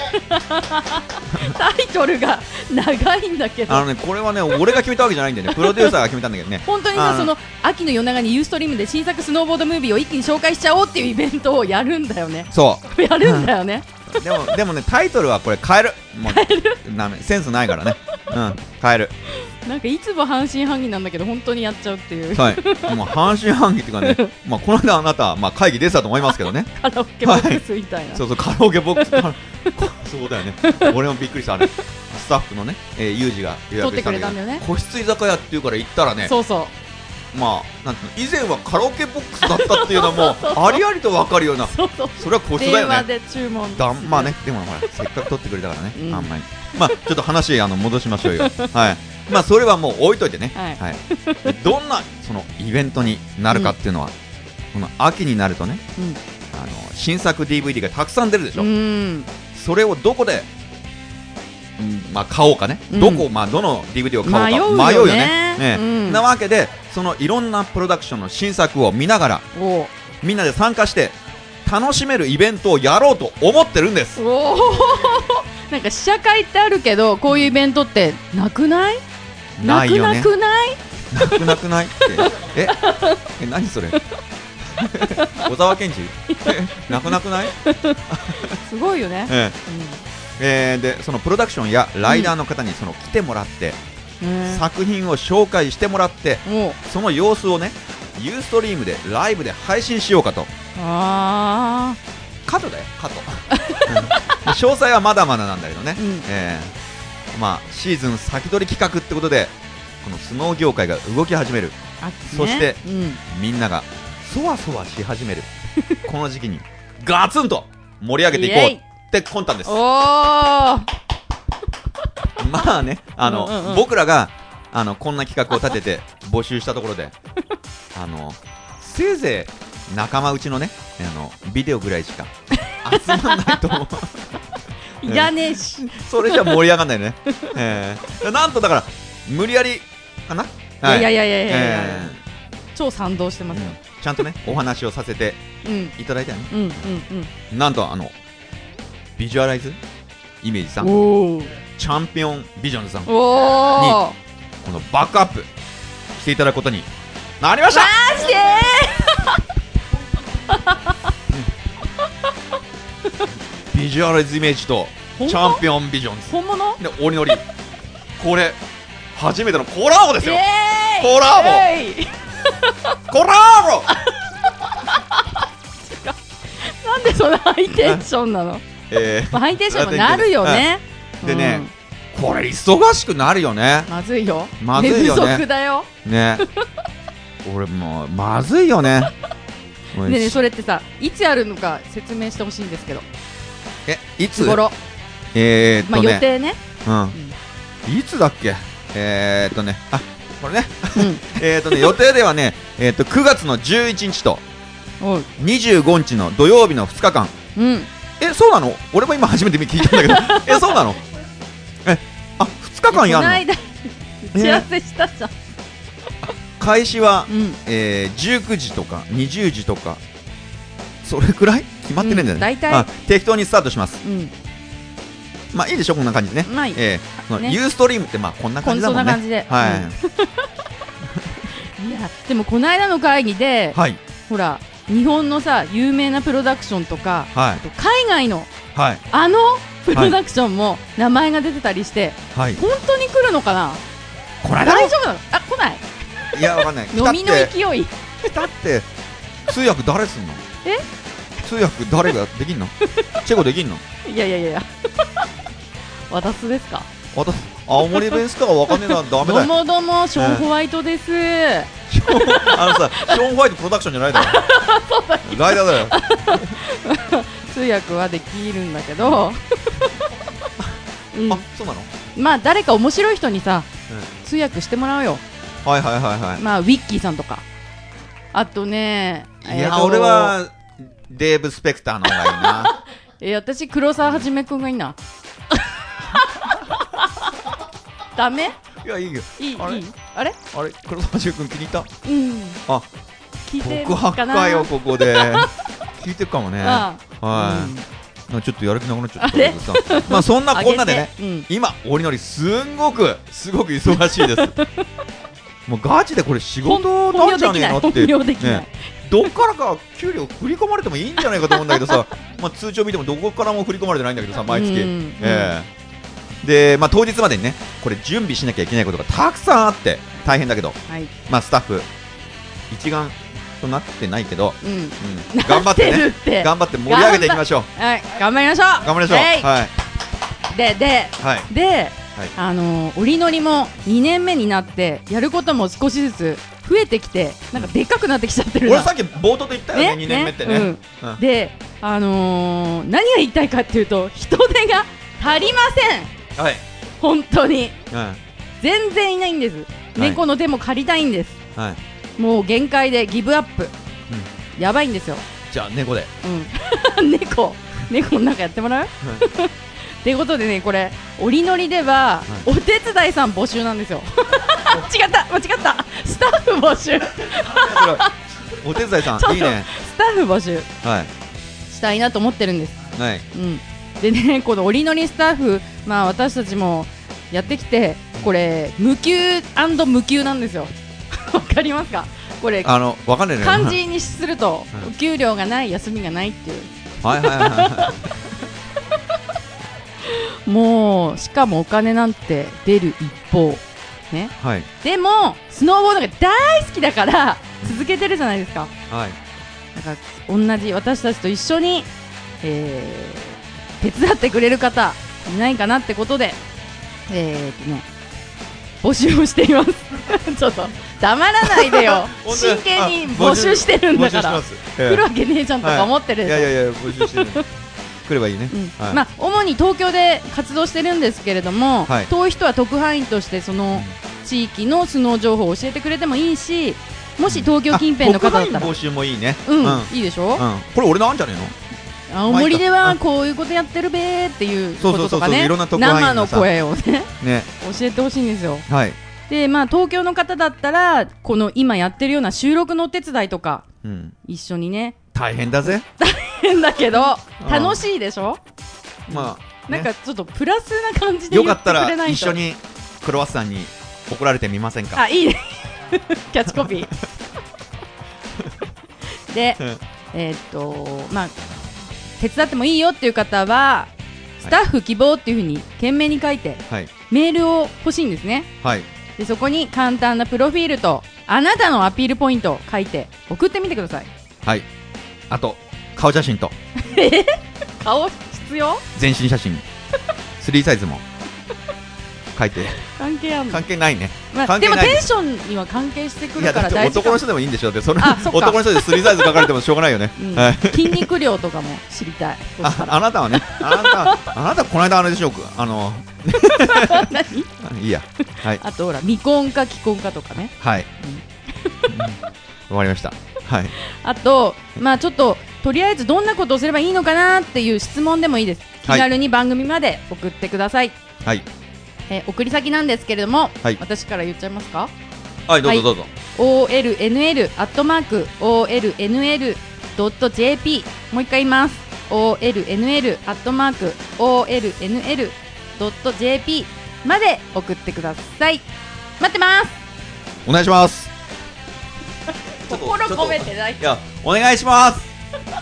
タイトルが長いんだけど、 これはね、俺が決めたわけじゃないんでね、プロデューサーが決めたんだけどね。 本当にさ、その秋の夜長にユーストリームで新作スノーボードムービーを一気に紹介しちゃおうっていうイベントをやるんだよね。 そうやるんだよね。 でもね、タイトルはこれ変える。もうダメ、センスないからね。変える。 なんかいつも半信半疑なんだけど本当にやっちゃうっていう。 はい。もう半信半疑っていうかね、この間あなた会議出てたと思いますけどね。 カラオケボックスみたいな。 そうそう、カラオケボックス。そうだよね。俺もびっくりした。あれスタッフのね、ユージが予約したんだけど、個室居酒屋っていうから行ったらね、 そうそう。 なんていうの、以前はカラオケボックスだったっていうのはもうありありと分かるような。それは個室だよね。 電話で注文。 まあね、でもほらせっかく取ってくれたからね。あんまり。ちょっと話戻しましょうよ。はい。それはもう置いといてね。はい。どんなそのイベントになるかっていうのは、この秋になるとね、新作 DVD がたくさん出るでしょ。それをどこで買おうかね。どの DVD を買おうか迷うよね。なわけで、そのいろんなプロダクションの新作を見ながらみんなで参加して楽しめるイベントをやろうと思ってるんです。 なんか試写会ってあるけど、こういうイベントってなくない？ ないよね。 なくない？ なくないって何それ？ 小沢健二泣くなくないすごいよね。 でそのプロダクションやライダーの方にその来てもらって、作品を紹介してもらって、その様子をねユーストリームでライブで配信しようかと。カットだよカット詳細はまだまだなんだけどね、まあシーズン先取り企画ってことでこのスノー業界が動き始める、そして、みんながそわそわし始めるこの時期にガツンと盛り上げていこうって魂胆です。まあね僕らがこんな企画を立てて募集したところでせいぜい仲間内のねビデオぐらいしか集まんないと思ういらねえしそれじゃ盛り上がんないね、なんとだから無理やりかな、 いや超賛同してますよ、 ちゃんとねお話をさせていただいたよね、なんとビジュアライズイメージさん、チャンピオンビジョンズさんにこのバックアップしていただくことになりました。マジでビジュアライズイメージとチャンピオンビジョンズ本物でおりのりこれ初めてのコラボですよ。コラボコラボなんでそんなハイテンションなのハイテンションもなるよね。 でね、これ忙しくなるよね。 まずいよまずいよね。 寝不足だよね俺もうまずいよねねそれってさいつやるのか説明してほしいんですけど。 いつ頃まあ予定ね。 いつだっけこれね予定ではね9月の11日と25日の土曜日の2日間。そうなの？俺も今初めて聞いたんだけどそうなの？2日間やるの？この間打ち合わせしたじゃん。 開始は19時とか20時とかそれくらい決まってるんだよね。 大体適当にスタートします。まあいいでしょこんな感じでね。ユーストリームってまあこんな感じだもんね。 そんな感じで。いやでもこの間の会議でほら日本のさ有名なプロダクションとか海外のプロダクションも名前が出てたりして本当に来るのかな。大丈夫なの？来ない。 いやわかんない。 飲みの勢い。 だって通訳誰すんの？通訳誰ができんの？チェコできんの？ いや私ですか？ 青森弁すかわかんねえな。ダメだよ。 どうもショーン・ホワイトです。 ショーン・ホワイトプロダクションじゃないだろライダーだよ通訳はできるんだけどそうなの？ まあ誰か面白い人にさ通訳してもらうよ。まあウィッキーさんとかあとねいや俺はデーブ・スペクターの方がいいな私黒沢はじめくんがいいなダメ？ いやいいよ。 いいあれ黒沢はじめくん気に入った？ 聞いてる告白かよここで聞いてるかもね。ちょっとやる気なくなっちゃったけどさまあそんなこんなでね今おりのりすごく忙しいですもうガチでこれ仕事なんじゃねえのってどっからか給料振り込まれてもいいんじゃないかと思うんだけどさ通帳見てもどこからも振り込まれてないんだけどさ毎月で当日までにねこれ準備しなきゃいけないことがたくさんあって大変だけどスタッフ一丸となってないけど頑張ってね頑張って盛り上げていきましょう。 頑張りましょう。でおりのりも2年目になってやることも少しずつ増えてきてなんかでっかくなってきちゃってるな。 俺さっき冒頭で言ったよね2年目ってね。 で何が言いたいかっていうと人手が足りません。本当に全然いないんです。猫の手も借りたいんです。もう限界でギブアップやばいんですよ。 じゃあ猫で猫なんかやってもらうっていうことでねこれおりのりではお手伝いさん募集なんですよ間違ったスタッフ募集お手伝いさんいいね。 スタッフ募集したいなと思ってるんです。でねこのおりのりスタッフ私たちもやってきてこれ無給&無給なんですよわかりますか？ これわかんないね。 漢字にすると、お給料がない、休みがないっていう。 はいはいはい。 もうしかもお金なんて出る一方ね。 はい。 でもスノーボードが大好きだから続けてるじゃないですか。 はい。 だから同じ私たちと一緒に、手伝ってくれる方いないかなってことで、募集をしていますちょっと黙らないでよ真剣に募集してるんだから来るわけねえじゃんとか思ってるでしょ。 いや募集してる来ればいいね。 まあ主に東京で活動してるんですけれども、遠い人は特派員としてその地域のスノー情報を教えてくれてもいいし、もし東京近辺の方だったら募集もいいね。 いいでしょ。 これ俺なんじゃねえの。 青森ではこういうことやってるべーっていうこととかね、生の声をね教えてほしいんですよ。でまあ東京の方だったらこの今やってるような収録のお手伝いとか一緒にね。 大変だぜ。 大変だけど楽しいでしょ。 まあなんかちょっとプラスな感じで言ってくれないと。 よかったら一緒にクロワッサンに怒られてみませんか。 あ、いいねキャッチコピーでまあ手伝ってもいいよっていう方はスタッフ希望っていう風に懸命に書いて、メールを欲しいんですね。でそこに簡単なプロフィールとあなたのアピールポイントを書いて送ってみてください。 あと顔写真と顔必要？ 全身写真3サイズも書いて。 関係あるの？ 関係ないね。 でもテンションには関係してくるから大事か。 男の人でもいいんでしょ。でその男の人で3サイズ書かれてもしょうがないよね。 筋肉量とかも知りたい。 あなたはね、あなたこの間あれでしょうか。 何？ いいや。 あとほら未婚か既婚かとかね。 わかりました。 あとまあちょっととりあえずどんなことをすればいいのかなっていう質問でもいいです。気軽に番組まで送ってください。送り先なんですけれども、私から言っちゃいますか。 どうぞどうぞ。 olnl@olnl.jp もう一回言います。olnl@olnl.jp まで送ってください。待ってます。 お願いします。 心込めてない。 いやお願いします。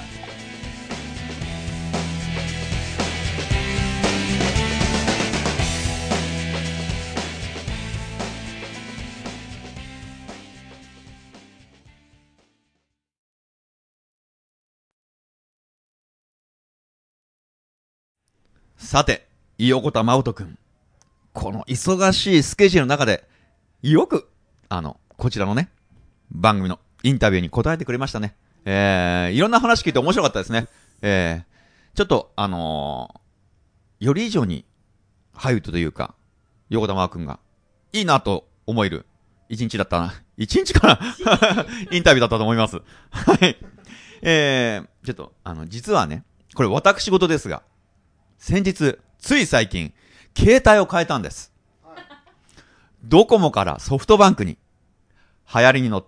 さて、横田真人君、この忙しいスケジュールの中でよくこちらのね番組のインタビューに答えてくれましたね。いろんな話聞いて面白かったですね。ちょっとより以上にハリウッドというか横田真人君がいいなと思える一日だったな。一日かなインタビューだったと思います。はい。ちょっと実はね、これ私事ですが、先日つい最近携帯を変えたんです。ドコモからソフトバンクに流行りに乗って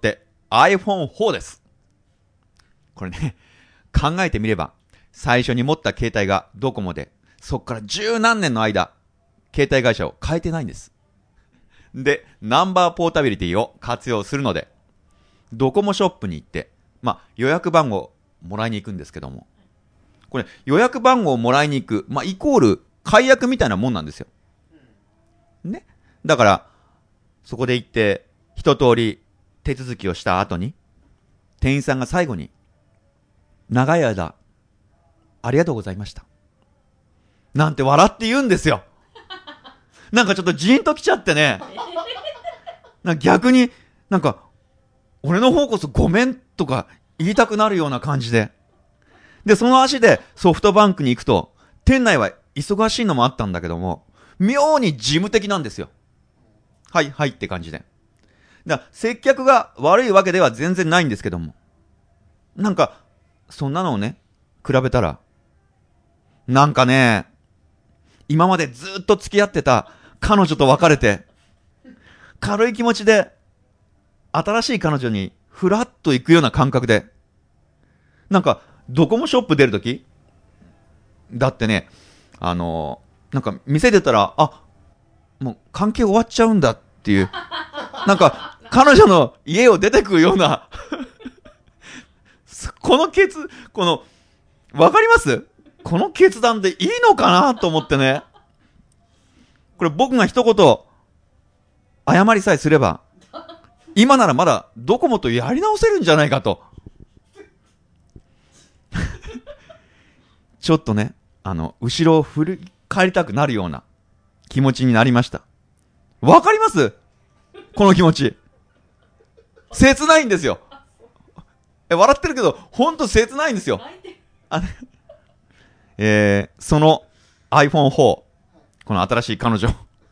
iPhone4 です。これね、考えてみれば最初に持った携帯がドコモで、そっから十何年の間携帯会社を変えてないんです。で、ナンバーポータビリティを活用するので、ドコモショップに行って、予約番号もらいに行くんですけども、これ予約番号をもらいに行く、イコール解約みたいなもんなんですよ。ね。だから、そこで行って、一通り手続きをした後に、店員さんが最後に、長い間、ありがとうございました。なんて笑って言うんですよ。なんかちょっとジーンときちゃってね。なんか逆に、俺の方こそごめんとか言いたくなるような感じで。で、その足でソフトバンクに行くと、店内は忙しいのもあったんだけども、妙に事務的なんですよ。はいはいって感じで。だから接客が悪いわけでは全然ないんですけども、そんなのをね、比べたら、今までずっと付き合ってた彼女と別れて、軽い気持ちで、新しい彼女にふらっと行くような感覚で、ドコモショップ出るときだってね、店出たら、もう関係終わっちゃうんだっていう、 彼女の家を出てくるようなこのわかります？この決断でいいのかなと思ってね。これ僕が一言謝りさえすれば、今ならまだドコモとやり直せるんじゃないかと。ちょっとね、後ろを振り返りたくなるような気持ちになりました。わかります？この気持ち。切ないんですよ。笑ってるけど、ほんと切ないんですよ。その iPhone4、この新しい彼女、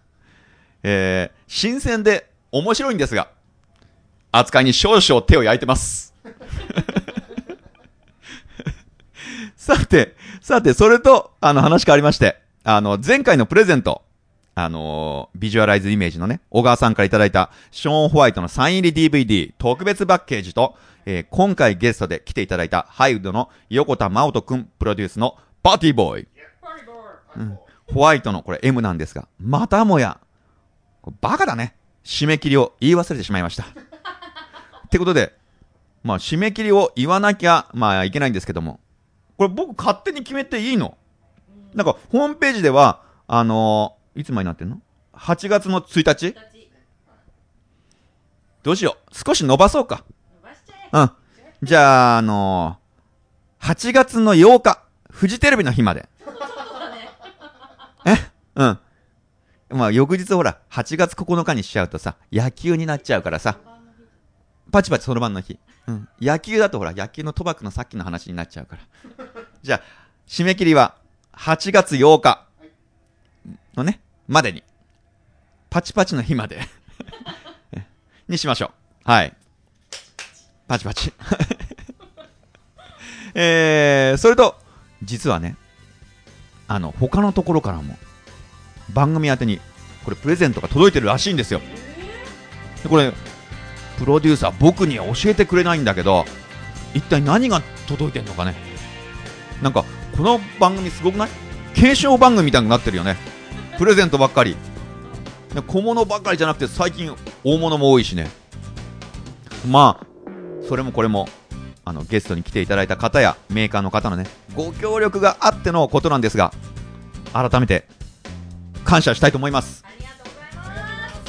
新鮮で面白いんですが、扱いに少々手を焼いてます。さて、それと、話変わりまして、前回のプレゼント、ビジュアライズイメージのね、小川さんからいただいた、ショーン・ホワイトのサイン入り DVD 特別パッケージと、今回ゲストで来ていただいた、ハイウッドの横田真音くんプロデュースのパーティーボーイ。ホワイトのこれ M なんですが、またもや、バカだね。締め切りを言い忘れてしまいました。ってことで、まあ締め切りを言わなきゃ、まあいけないんですけども、これ僕勝手に決めていいの？なんかホームページでは、いつまでになってんの？ 8 月の1日？どうしよう。少し伸ばそうか。うん。じゃあ、8月の8日、フジテレビの日まで。うん。まあ、翌日ほら、8月9日にしちゃうとさ、野球になっちゃうからさ、パチパチそろばんの日。うん。野球だとほら、野球の賭博のさっきの話になっちゃうから。じゃあ、締め切りは、8月8日のね、までに、パチパチの日までにしましょう。はい。パチパチ。それと、実はね、他のところからも、番組宛てに、これプレゼントが届いてるらしいんですよ。でこれ、プロデューサー僕には教えてくれないんだけど、一体何が届いてんのかね。なんか、この番組すごくない？継承番組みたいになってるよね。プレゼントばっかり。小物ばっかりじゃなくて最近大物も多いしね。まあ、それもこれも、ゲストに来ていただいた方やメーカーの方のね、ご協力があってのことなんですが、改めて、感謝したいと思います。ありがとうござい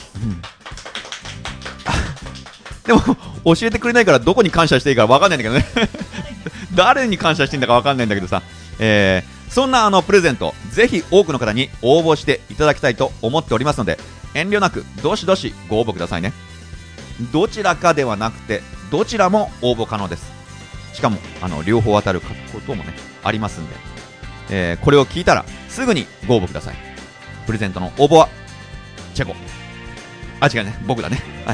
ます。でも教えてくれないからどこに感謝していいか分かんないんだけどね誰に感謝していいんだか分かんないんだけどさ、そんなプレゼントぜひ多くの方に応募していただきたいと思っておりますので、遠慮なくどしどしご応募くださいね。どちらかではなくてどちらも応募可能です。しかも両方当たることもねありますんで、これを聞いたらすぐにご応募ください。プレゼントの応募はチェコ、違うね、僕だね。はい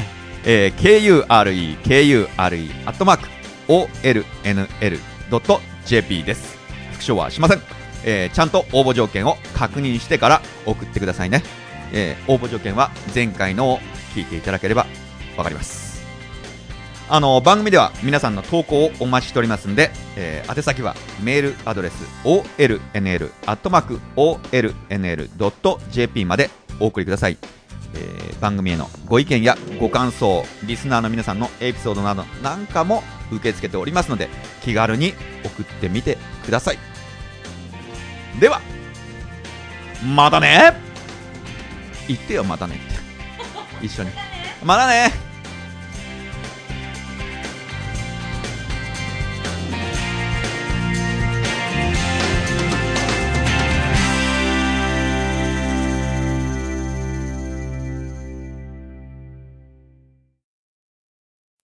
、KURE/olnl.jp です。復唱はしません。ちゃんと応募条件を確認してから送ってくださいね。応募条件は前回のを聞いていただければわかります。番組では皆さんの投稿をお待ちしておりますんで、宛先はメールアドレス olnl@olnl.jp までお送りください。番組へのご意見やご感想、リスナーの皆さんのエピソードなどなんかも受け付けておりますので、気軽に送ってみてください。ではまたね。言ってよ、またねって一緒にまたね。